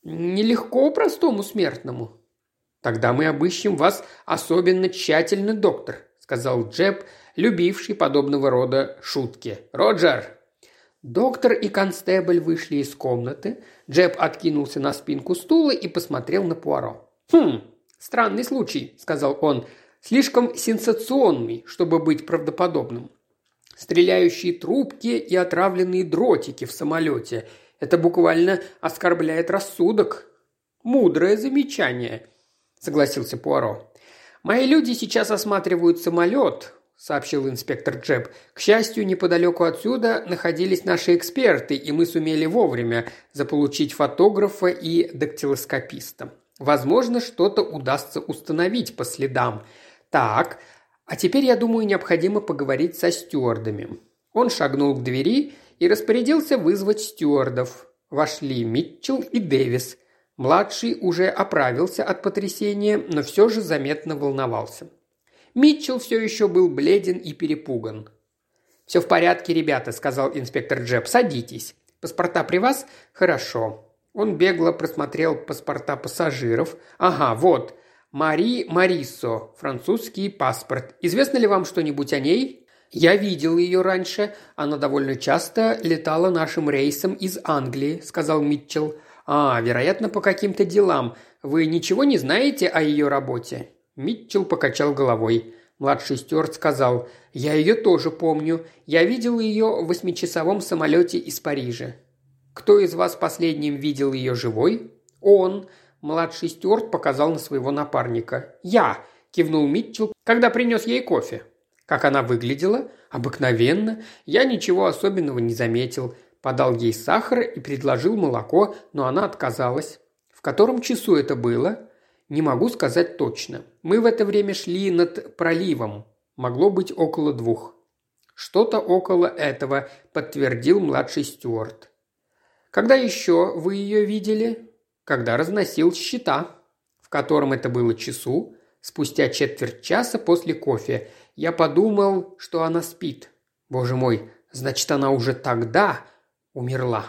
Speaker 1: Нелегко простому смертному». «Тогда мы обыщем вас особенно тщательно, доктор», – сказал Джеб, любивший подобного рода шутки. «Роджер!» Доктор и констебль вышли из комнаты. Джеб откинулся на спинку стула и посмотрел на Пуаро. «Хм, странный случай», – сказал он, – «слишком сенсационный, чтобы быть правдоподобным. Стреляющие трубки и отравленные дротики в самолете – это буквально оскорбляет рассудок». «Мудрое замечание», – согласился Пуаро. «Мои люди сейчас осматривают самолет», – сообщил инспектор Джеб. «К счастью, неподалеку отсюда находились наши эксперты, и мы сумели вовремя заполучить фотографа и дактилоскописта. Возможно, что-то удастся установить по следам. Так, а теперь, я думаю, необходимо поговорить со стюардами». Он шагнул к двери и распорядился вызвать стюардов. Вошли Митчелл и Дэвис. Младший уже оправился от потрясения, но все же заметно волновался. Митчелл все еще был бледен и перепуган. «Все в порядке, ребята», – сказал инспектор Джеб. «Садитесь. Паспорта при вас? Хорошо». Он бегло просмотрел паспорта пассажиров. «Ага, вот. Мари Марисо. Французский паспорт. Известно ли вам что-нибудь о ней?» «Я видел ее раньше. Она довольно часто летала нашим рейсом из Англии», – сказал Митчелл. «А, вероятно, по каким-то делам. Вы ничего не знаете о ее работе?» Митчелл покачал головой. Младший стюард сказал: «Я ее тоже помню. Я видел ее в восьмичасовом самолете из Парижа». «Кто из вас последним видел ее живой?» «Он». Младший стюард показал на своего напарника. «Я», – кивнул Митчелл, – «когда принес ей кофе». «Как она выглядела?» «Обыкновенно. Я ничего особенного не заметил». Подал ей сахар и предложил молоко, но она отказалась. В котором часу это было? Не могу сказать точно. Мы в это время шли над проливом. Могло быть около двух. Что-то около этого, подтвердил младший стюард. Когда еще вы ее видели? Когда разносил счета. В котором это было часу? Спустя четверть часа после кофе. Я подумал, что она спит. Боже мой, значит, она уже тогда умерла.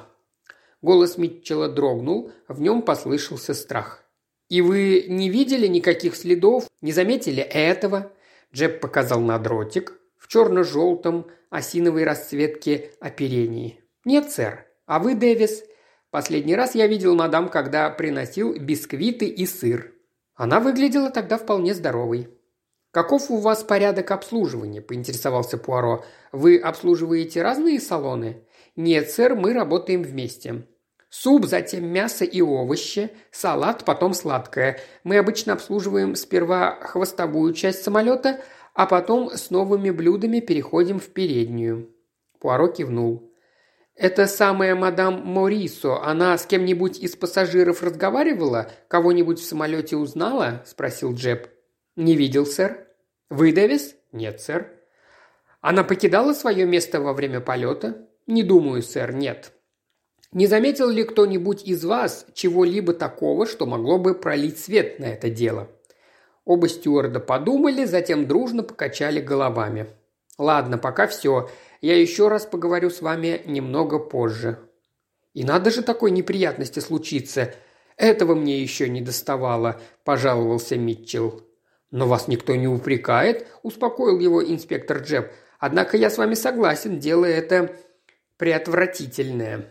Speaker 1: Голос Митчелла дрогнул, в нем послышался страх. «И вы не видели никаких следов, не заметили этого?» Джеб показал на дротик в черно-желтом осиновой расцветке оперении. «Нет, сэр. А вы, Дэвис?» «Последний раз я видел мадам, когда приносил бисквиты и сыр. Она выглядела тогда вполне здоровой». «Каков у вас порядок обслуживания?» – поинтересовался Пуаро. «Вы обслуживаете разные салоны?» «Нет, сэр, мы работаем вместе». Суп, затем мясо и овощи, салат, потом сладкое. Мы обычно обслуживаем сперва хвостовую часть самолета, а потом с новыми блюдами переходим в переднюю». Пуаро кивнул. «Это самая мадам Морисо, она с кем-нибудь из пассажиров разговаривала? Кого-нибудь в самолете узнала?» – спросил Джеб. «Не видел, сэр». «Вы, Дэвис?» «Нет, сэр». «Она покидала свое место во время полета?» «Не думаю, сэр, нет». «Не заметил ли кто-нибудь из вас чего-либо такого, что могло бы пролить свет на это дело?» Оба стюарда подумали, затем дружно покачали головами. «Ладно, пока все. Я еще раз поговорю с вами немного позже». «И надо же такой неприятности случиться. Этого мне еще не доставало», – пожаловался Митчелл. «Но вас никто не упрекает», – успокоил его инспектор Джеб. «Однако я с вами согласен, дело это преотвратительное».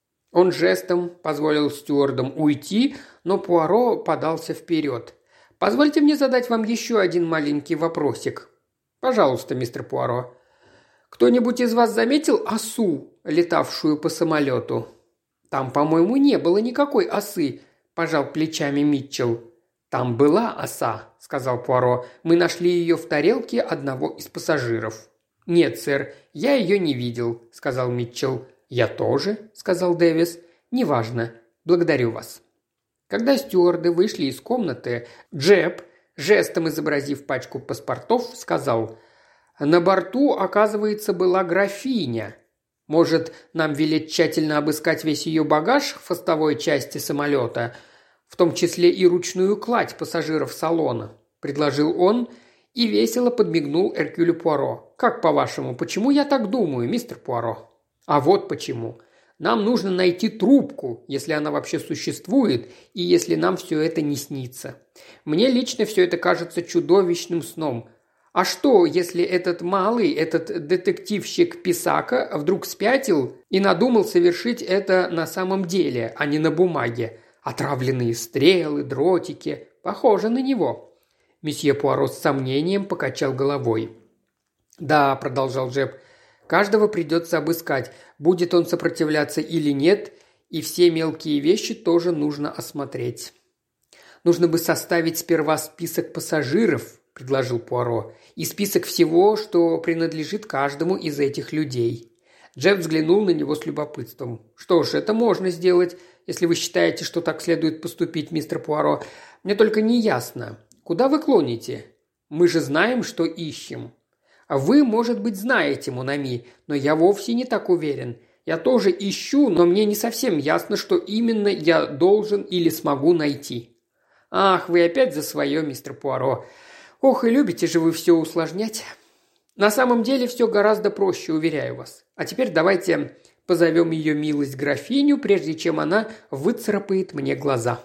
Speaker 1: Он жестом позволил стюардам уйти, но Пуаро подался вперед. «Позвольте мне задать вам еще один маленький вопросик». «Пожалуйста, мистер Пуаро». «Кто-нибудь из вас заметил осу, летавшую по самолету?» «Там, по-моему, не было никакой осы», – пожал плечами Митчелл. «Там была оса», – сказал Пуаро. «Мы нашли ее в тарелке одного из пассажиров». «Нет, сэр, я ее не видел», – сказал Митчелл. «Я тоже», – сказал Дэвис. «Неважно. Благодарю вас». Когда стюарды вышли из комнаты, Джеб, жестом изобразив пачку паспортов, сказал: «На борту, оказывается, была графиня. Может, нам велеть тщательно обыскать весь ее багаж в хвостовой части самолета, в том числе и ручную кладь пассажиров салона?» – предложил он и весело подмигнул Эркюлю Пуаро. «Как по-вашему, почему я так думаю, мистер Пуаро?» «А вот почему. Нам нужно найти трубку, если она вообще существует, и если нам все это не снится. Мне лично все это кажется чудовищным сном. А что, если этот малый, этот детективщик Писака вдруг спятил и надумал совершить это на самом деле, а не на бумаге? Отравленные стрелы, дротики. Похоже на него». Месье Пуаро с сомнением покачал головой. «Да», – продолжал Джеб, – «каждого придется обыскать, будет он сопротивляться или нет, и все мелкие вещи тоже нужно осмотреть». «Нужно бы составить сперва список пассажиров», – предложил Пуаро, – «и список всего, что принадлежит каждому из этих людей». Джеб взглянул на него с любопытством. «Что ж, это можно сделать, если вы считаете, что так следует поступить, мистер Пуаро. Мне только не ясно, куда вы клоните? Мы же знаем, что ищем». А «Вы, может быть, знаете, Монами, но я вовсе не так уверен. Я тоже ищу, но мне не совсем ясно, что именно я должен или смогу найти». «Ах, вы опять за свое, мистер Пуаро. Ох, и любите же вы все усложнять». «На самом деле все гораздо проще, уверяю вас. А теперь давайте позовем ее милость графиню, прежде чем она выцарапает мне глаза».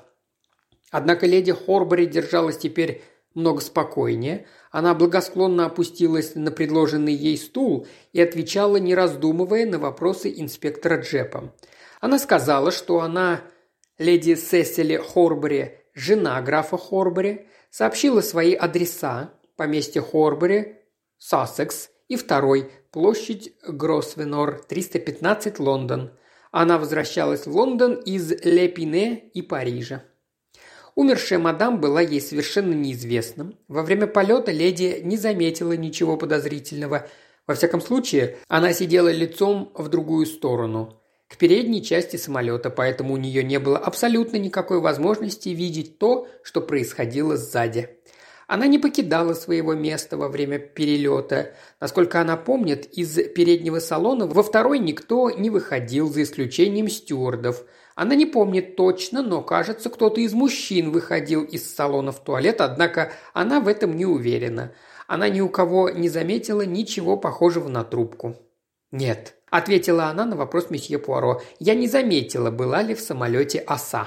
Speaker 1: Однако леди Хорбори держалась теперь много спокойнее. Она благосклонно опустилась на предложенный ей стул и отвечала, не раздумывая, на вопросы инспектора Джепа. Она сказала, что она, леди Сесили Хорбори, жена графа Хорбори, сообщила свои адреса: поместье Хорбори, Сассекс, и второй – площадь Гросвенор, триста пятнадцать, Лондон. Она возвращалась в Лондон из Ле-Пине и Парижа. Умершая мадам была ей совершенно неизвестна. Во время полета леди не заметила ничего подозрительного. Во всяком случае, она сидела лицом в другую сторону, к передней части самолета, поэтому у нее не было абсолютно никакой возможности видеть то, что происходило сзади. Она не покидала своего места во время перелета. Насколько она помнит, из переднего салона во второй никто не выходил, за исключением стюардов. Она не помнит точно, но, кажется, кто-то из мужчин выходил из салона в туалет, однако она в этом не уверена. Она ни у кого не заметила ничего похожего на трубку. «Нет», – ответила она на вопрос месье Пуаро, – «я не заметила, была ли в самолете оса».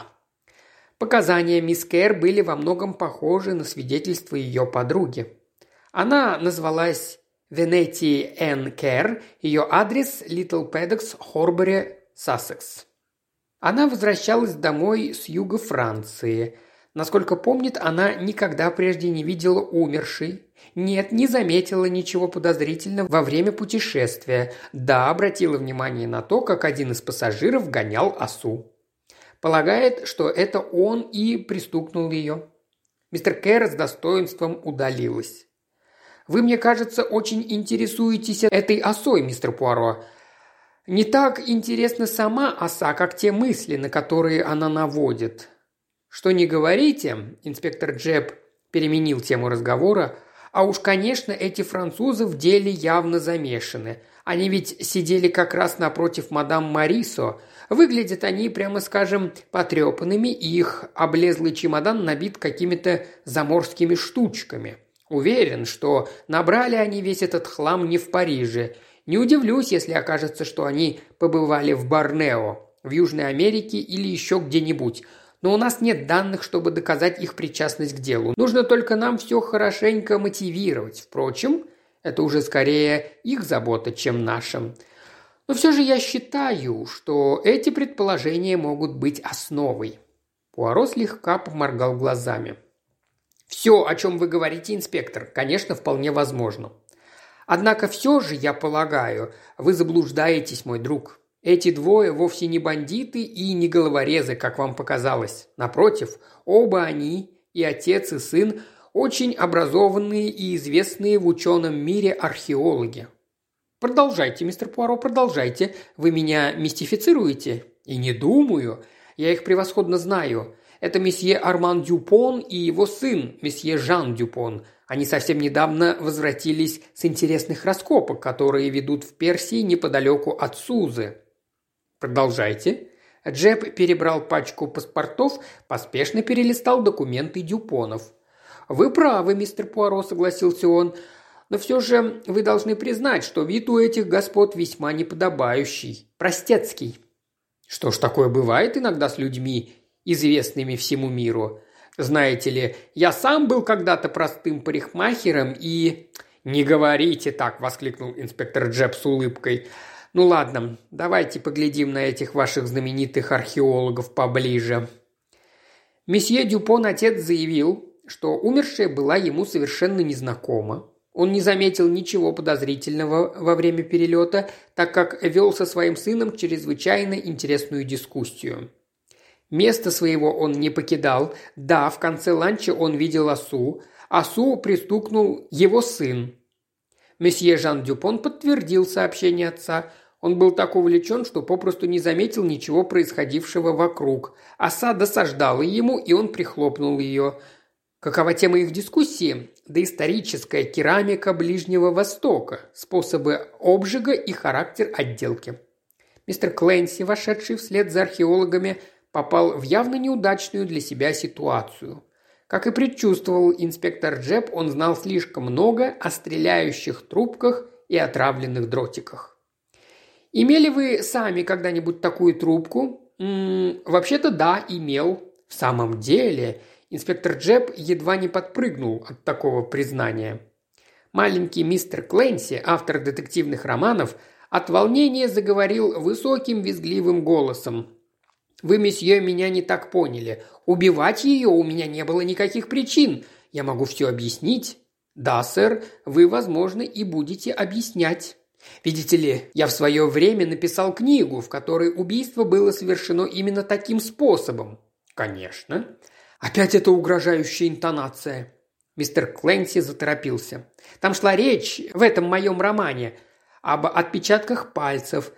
Speaker 1: Показания мисс Кэр были во многом похожи на свидетельство ее подруги. Она назвалась Венети Н. Кэр, ее адрес – Литл Пэддокс, Хорбори, Сассекс. Она возвращалась домой с юга Франции. Насколько помнит, она никогда прежде не видела умершей. Нет, не заметила ничего подозрительного во время путешествия. Да, обратила внимание на то, как один из пассажиров гонял осу. Полагает, что это он и пристукнул ее. Мистер Кэр с достоинством удалилась. «Вы, мне кажется, очень интересуетесь этой осой, мистер Пуаро. Не так интересна сама оса, как те мысли, на которые она наводит. Что не говорите, инспектор Джеб переменил тему разговора, а уж, конечно, эти французы в деле явно замешаны. Они ведь сидели как раз напротив мадам Марисо. Выглядят они, прямо скажем, потрепанными, и их облезлый чемодан набит какими-то заморскими штучками. Уверен, что набрали они весь этот хлам не в Париже. Не удивлюсь, если окажется, что они побывали в Борнео, в Южной Америке или еще где-нибудь. Но у нас нет данных, чтобы доказать их причастность к делу. Нужно только нам все хорошенько мотивировать. Впрочем, это уже скорее их забота, чем наша. Но все же я считаю, что эти предположения могут быть основой». Пуаро слегка поморгал глазами. «Все, о чем вы говорите, инспектор, конечно, вполне возможно. Однако все же, я полагаю, вы заблуждаетесь, мой друг. Эти двое вовсе не бандиты и не головорезы, как вам показалось. Напротив, оба они, и отец, и сын, очень образованные и известные в ученом мире археологи. Продолжайте, мистер Пуаро, продолжайте. Вы меня мистифицируете? И не думаю. Я их превосходно знаю. Это месье Арман Дюпон и его сын, месье Жан Дюпон. Они совсем недавно возвратились с интересных раскопок, которые ведут в Персии неподалеку от Сузы. Продолжайте. Джеб перебрал пачку паспортов, поспешно перелистал документы Дюпонов. «Вы правы, мистер Пуаро», — согласился он. «Но все же вы должны признать, что вид у этих господ весьма неподобающий, простецкий». «Что ж, такое бывает иногда с людьми, известными всему миру. Знаете ли, я сам был когда-то простым парикмахером и...» «Не говорите так», — воскликнул инспектор Джеб с улыбкой. «Ну ладно, давайте поглядим на этих ваших знаменитых археологов поближе». Месье Дюпон отец заявил, что умершая была ему совершенно незнакома. Он не заметил ничего подозрительного во время перелета, так как вел со своим сыном чрезвычайно интересную дискуссию. Место своего он не покидал. Да, в конце ланча он видел осу. Осу пристукнул его сын. Месье Жан Дюпон подтвердил сообщение отца. Он был так увлечен, что попросту не заметил ничего происходившего вокруг. Оса досаждала ему, и он прихлопнул ее. Какова тема их дискуссии? Доисторическая керамика Ближнего Востока, способы обжига и характер отделки. Мистер Клэнси, вошедший вслед за археологами, попал в явно неудачную для себя ситуацию. Как и предчувствовал инспектор Джеб, он знал слишком много о стреляющих трубках и отравленных дротиках. «Имели вы сами когда-нибудь такую трубку?» «М-м, «Вообще-то да, имел». «В самом деле...» Инспектор Джеб едва не подпрыгнул от такого признания. Маленький мистер Клэнси, автор детективных романов, от волнения заговорил высоким визгливым голосом. «Вы, месье, меня не так поняли. Убивать ее у меня не было никаких причин. Я могу все объяснить». «Да, сэр, вы, возможно, и будете объяснять». «Видите ли, я в свое время написал книгу, в которой убийство было совершено именно таким способом». «Конечно». «Опять эта угрожающая интонация». Мистер Клэнси заторопился. «Там шла речь в этом моем романе об отпечатках пальцев,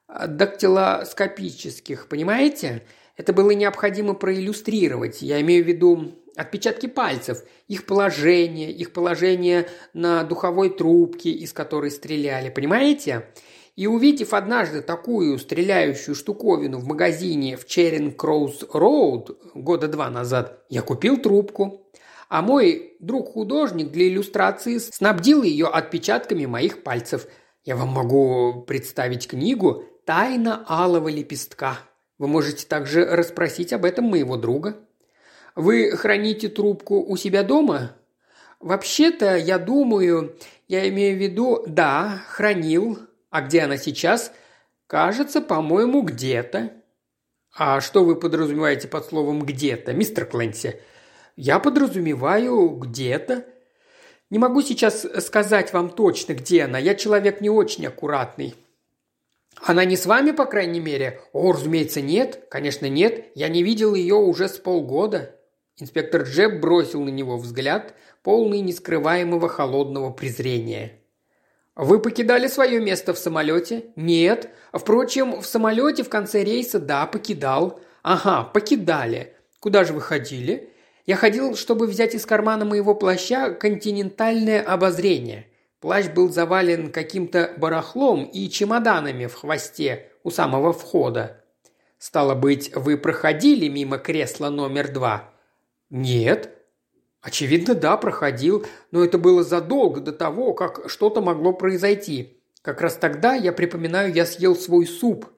Speaker 1: дактилоскопических, понимаете? Это было необходимо проиллюстрировать. Я имею в виду отпечатки пальцев, их положение, их положение на духовой трубке, из которой стреляли, понимаете? И увидев однажды такую стреляющую штуковину в магазине в Черинг-Кроуз-Роуд года два назад, я купил трубку. А мой друг-художник для иллюстрации снабдил ее отпечатками моих пальцев. Я вам могу представить книгу «Тайна алого лепестка». Вы можете также расспросить об этом моего друга. Вы храните трубку у себя дома? Вообще-то, я думаю, я имею в виду, да, хранил. А где она сейчас? Кажется, по-моему, где-то. А что вы подразумеваете под словом «где-то», мистер Клэнси? Я подразумеваю «где-то». Не могу сейчас сказать вам точно, где она. Я человек не очень аккуратный. «Она не с вами, по крайней мере?» «О, разумеется, нет. Конечно, нет. Я не видел ее уже с полгода». Инспектор Джеб бросил на него взгляд, полный нескрываемого холодного презрения. «Вы покидали свое место в самолете?» «Нет. Впрочем, в самолете в конце рейса, да, покидал». «Ага, покидали. Куда же вы ходили?» «Я ходил, чтобы взять из кармана моего плаща континентальное обозрение». Плащ был завален каким-то барахлом и чемоданами в хвосте у самого входа. «Стало быть, вы проходили мимо кресла номер два?» «Нет». «Очевидно, да, проходил, но это было задолго до того, как что-то могло произойти. Как раз тогда, я припоминаю, я съел свой суп».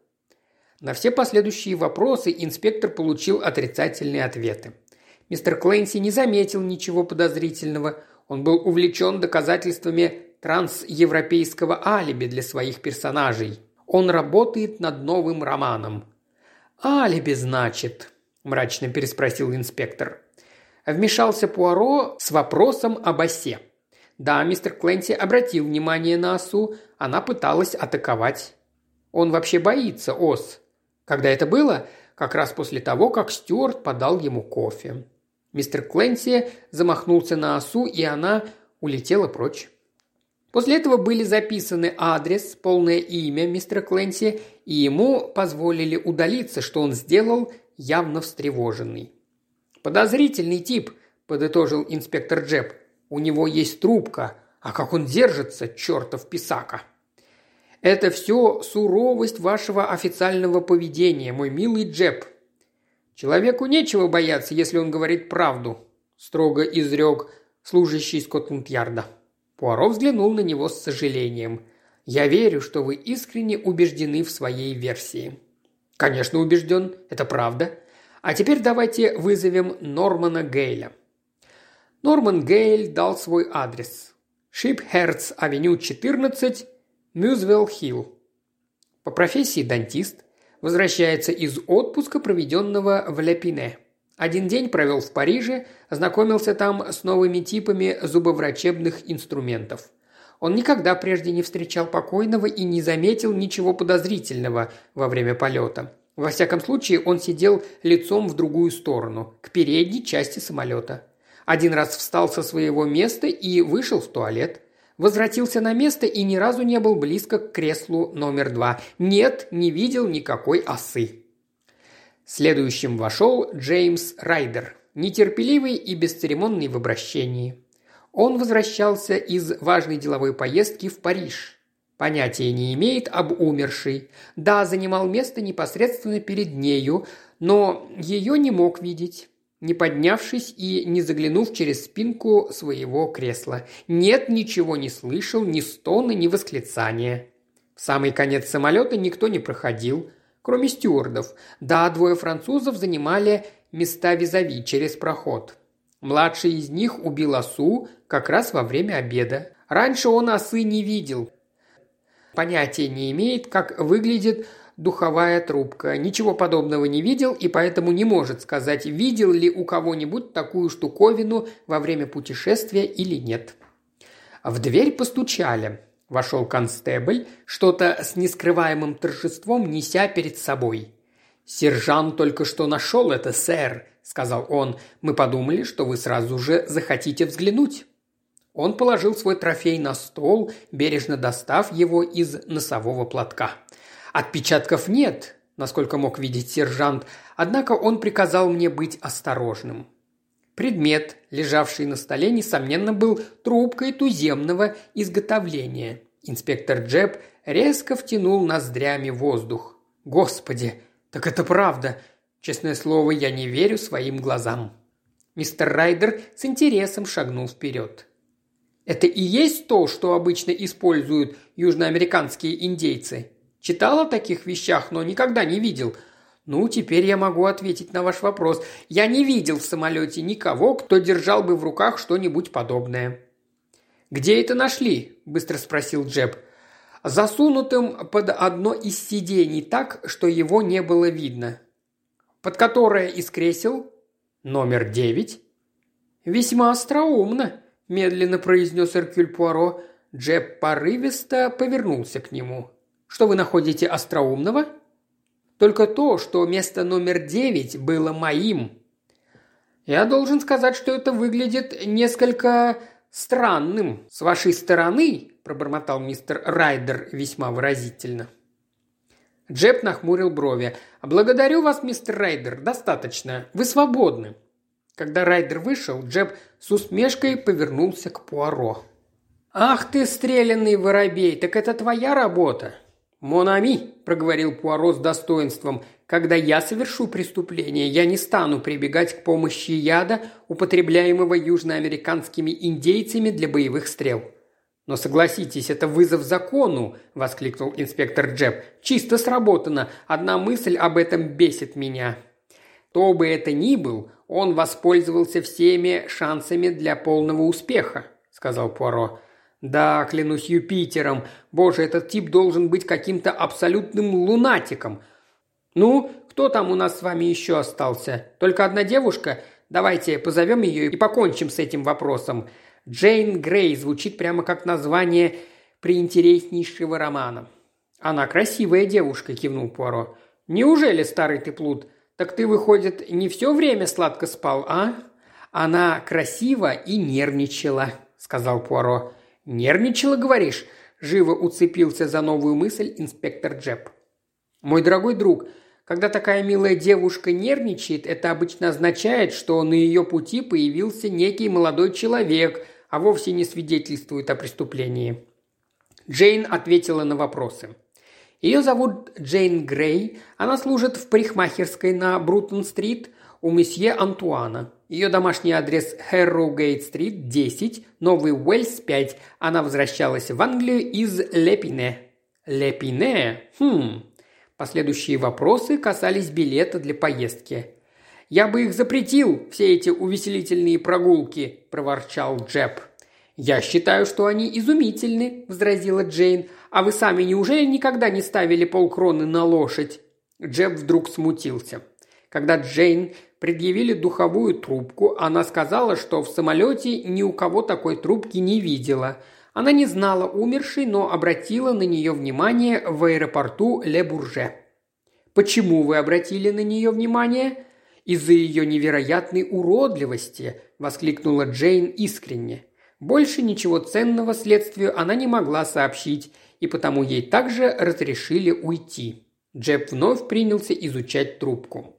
Speaker 1: На все последующие вопросы инспектор получил отрицательные ответы. Мистер Клэнси не заметил ничего подозрительного. Он был увлечен доказательствами трансевропейского алиби для своих персонажей. Он работает над новым романом. «Алиби, значит?» – мрачно переспросил инспектор. Вмешался Пуаро с вопросом об осе. Да, мистер Клэнси обратил внимание на осу, она пыталась атаковать. Он вообще боится ос. Когда это было? Как раз после того, как Стюарт подал ему кофе. Мистер Клэнси замахнулся на осу, и она улетела прочь. После этого были записаны адрес, полное имя мистера Клэнси, и ему позволили удалиться, что он сделал, явно встревоженный. «Подозрительный тип», – подытожил инспектор Джеб. «У него есть трубка, а как он держится, чертов писака!» «Это все суровость вашего официального поведения, мой милый Джеб». «Человеку нечего бояться, если он говорит правду», – строго изрек служащий Скотланд-Ярда. Пуаро взглянул на него с сожалением. «Я верю, что вы искренне убеждены в своей версии». «Конечно, убежден. Это правда. А теперь давайте вызовем Нормана Гейля». Норман Гейль дал свой адрес. Шипхерц-авеню четырнадцать, Мюзвелл-Хилл. По профессии дантист. Возвращается из отпуска, проведенного в Ля-Пине. Один день провел в Париже, ознакомился там с новыми типами зубоврачебных инструментов. Он никогда прежде не встречал покойного и не заметил ничего подозрительного во время полета. Во всяком случае, он сидел лицом в другую сторону, к передней части самолета. Один раз встал со своего места и вышел в туалет. Возвратился на место и ни разу не был близко к креслу номер два. Нет, не видел никакой осы. Следующим вошел Джеймс Райдер, нетерпеливый и бесцеремонный в обращении. Он возвращался из важной деловой поездки в Париж. Понятия не имеет об умершей. Да, занимал место непосредственно перед нею, но ее не мог видеть, не поднявшись и не заглянув через спинку своего кресла. Нет, ничего не слышал, ни стона, ни восклицания. В самый конец самолета никто не проходил, кроме стюардов. Да, двое французов занимали места визави через проход. Младший из них убил осу как раз во время обеда. Раньше он осы не видел. Понятия не имеет, как выглядит духовая трубка. Ничего подобного не видел и поэтому не может сказать, видел ли у кого-нибудь такую штуковину во время путешествия или нет. В дверь постучали. Вошел констебль, что-то с нескрываемым торжеством неся перед собой. «Сержант только что нашел это, сэр», – сказал он. «Мы подумали, что вы сразу же захотите взглянуть». Он положил свой трофей на стол, бережно достав его из носового платка. Отпечатков нет, насколько мог видеть сержант, однако он приказал мне быть осторожным. Предмет, лежавший на столе, несомненно, был трубкой туземного изготовления. Инспектор Джеб резко втянул ноздрями воздух. «Господи, так это правда! Честное слово, я не верю своим глазам». Мистер Райдер с интересом шагнул вперед. «Это и есть то, что обычно используют южноамериканские индейцы? Читал о таких вещах, но никогда не видел. Ну, теперь я могу ответить на ваш вопрос. Я не видел в самолете никого, кто держал бы в руках что-нибудь подобное». «Где это нашли?» – быстро спросил Джеб. «Засунутым под одно из сидений так, что его не было видно». «Под которое из кресел?» «Номер девять». «Весьма остроумно», – медленно произнес Эркюль Пуаро. Джеб порывисто повернулся к нему. Что вы находите остроумного? Только то, что место номер девять было моим. Я должен сказать, что это выглядит несколько странным с вашей стороны, пробормотал мистер Райдер весьма выразительно. Джеб нахмурил брови. «Благодарю вас, мистер Райдер, достаточно. Вы свободны». Когда Райдер вышел, Джеб с усмешкой повернулся к Пуаро. «Ах ты, стрелянный воробей, так это твоя работа?» «Мон ами», – проговорил Пуаро с достоинством, – «когда я совершу преступление, я не стану прибегать к помощи яда, употребляемого южноамериканскими индейцами для боевых стрел». «Но согласитесь, это вызов закону», – воскликнул инспектор Джеб. «Чисто сработано. Одна мысль об этом бесит меня». «Кто бы это ни был, он воспользовался всеми шансами для полного успеха», – сказал Пуаро. «Да, клянусь Юпитером. Боже, этот тип должен быть каким-то абсолютным лунатиком. Ну, кто там у нас с вами еще остался? Только одна девушка? Давайте позовем ее и покончим с этим вопросом. Джейн Грей звучит прямо как название приинтереснейшего романа». «Она красивая девушка», – кивнул Пуаро. «Неужели, старый ты плут? Так ты, выходит, не все время сладко спал, а?» «Она красива и нервничала», – сказал Пуаро. «Нервничала, говоришь?» – живо уцепился за новую мысль инспектор Джеб. «Мой дорогой друг, когда такая милая девушка нервничает, это обычно означает, что на ее пути появился некий молодой человек, а вовсе не свидетельствует о преступлении». Джейн ответила на вопросы. Ее зовут Джейн Грей, она служит в парикмахерской на Брутон-стрит у месье Антуана. Ее домашний адрес Хэрроугейт-стрит, десять, Новый Уэльс, пять. Она возвращалась в Англию из Лепине. Лепине? Хм. Последующие вопросы касались билета для поездки. «Я бы их запретил, все эти увеселительные прогулки», – проворчал Джеб. «Я считаю, что они изумительны», – возразила Джейн. «А вы сами неужели никогда не ставили полкроны на лошадь?» Джеб вдруг смутился. Когда Джейн предъявили духовую трубку, она сказала, что в самолете ни у кого такой трубки не видела. Она не знала умершей, но обратила на нее внимание в аэропорту Ле-Бурже. «Почему вы обратили на нее внимание?» «Из-за ее невероятной уродливости», – воскликнула Джейн искренне. Больше ничего ценного следствию она не могла сообщить, и потому ей также разрешили уйти. Джеб вновь принялся изучать трубку.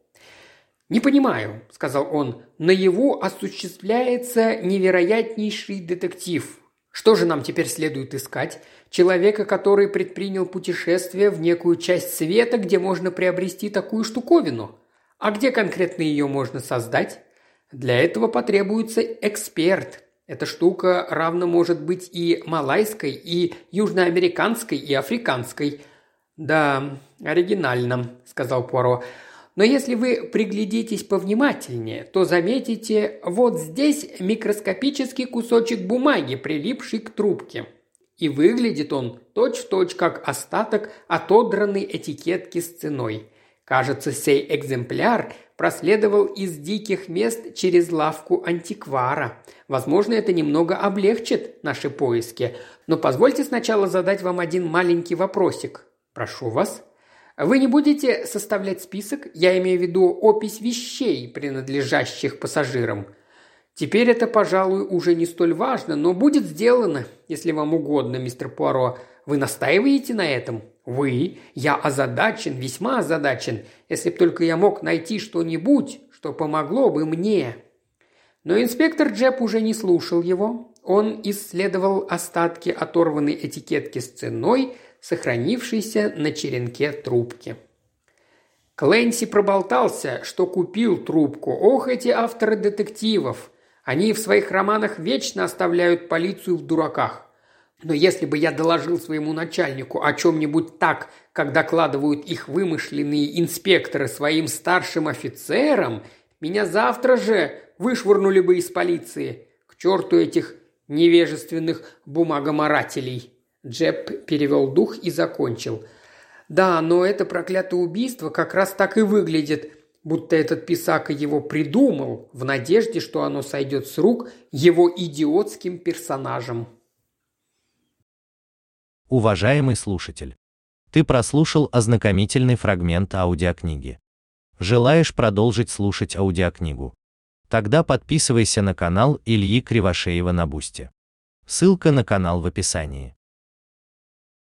Speaker 1: «Не понимаю», – сказал он, – «наяву осуществляется невероятнейший детектив. Что же нам теперь следует искать? Человека, который предпринял путешествие в некую часть света, где можно приобрести такую штуковину? А где конкретно ее можно создать? Для этого потребуется эксперт. Эта штука равно может быть и малайской, и южноамериканской, и африканской». «Да, оригинально», – сказал Пуаро. «Но если вы приглядитесь повнимательнее, то заметите вот здесь микроскопический кусочек бумаги, прилипший к трубке. И выглядит он точь-в-точь как остаток отодранной этикетки с ценой. Кажется, сей экземпляр проследовал из диких мест через лавку антиквара. Возможно, это немного облегчит наши поиски. Но позвольте сначала задать вам один маленький вопросик. Прошу вас». «Вы не будете составлять список? Я имею в виду опись вещей, принадлежащих пассажирам. Теперь это, пожалуй, уже не столь важно, но будет сделано, если вам угодно, мистер Пуаро. Вы настаиваете на этом? Вы? Я озадачен, весьма озадачен. Если б только я мог найти что-нибудь, что помогло бы мне». Но инспектор Джеб уже не слушал его. Он исследовал остатки оторванной этикетки с ценой, сохранившейся на черенке трубки. Клэнси проболтался, что купил трубку. Ох, эти авторы детективов! Они в своих романах вечно оставляют полицию в дураках. Но если бы я доложил своему начальнику о чем-нибудь так, как докладывают их вымышленные инспекторы своим старшим офицерам, меня завтра же вышвырнули бы из полиции. К черту этих невежественных бумагоморателей. Джеб перевел дух и закончил. «Да, но это проклятое убийство как раз так и выглядит, будто этот писака его придумал, в надежде, что оно сойдет с рук его идиотским персонажем».
Speaker 2: Уважаемый слушатель! Ты прослушал ознакомительный фрагмент аудиокниги. Желаешь продолжить слушать аудиокнигу? Тогда подписывайся на канал Ильи Кривошеева на Бусти. Ссылка на канал в описании.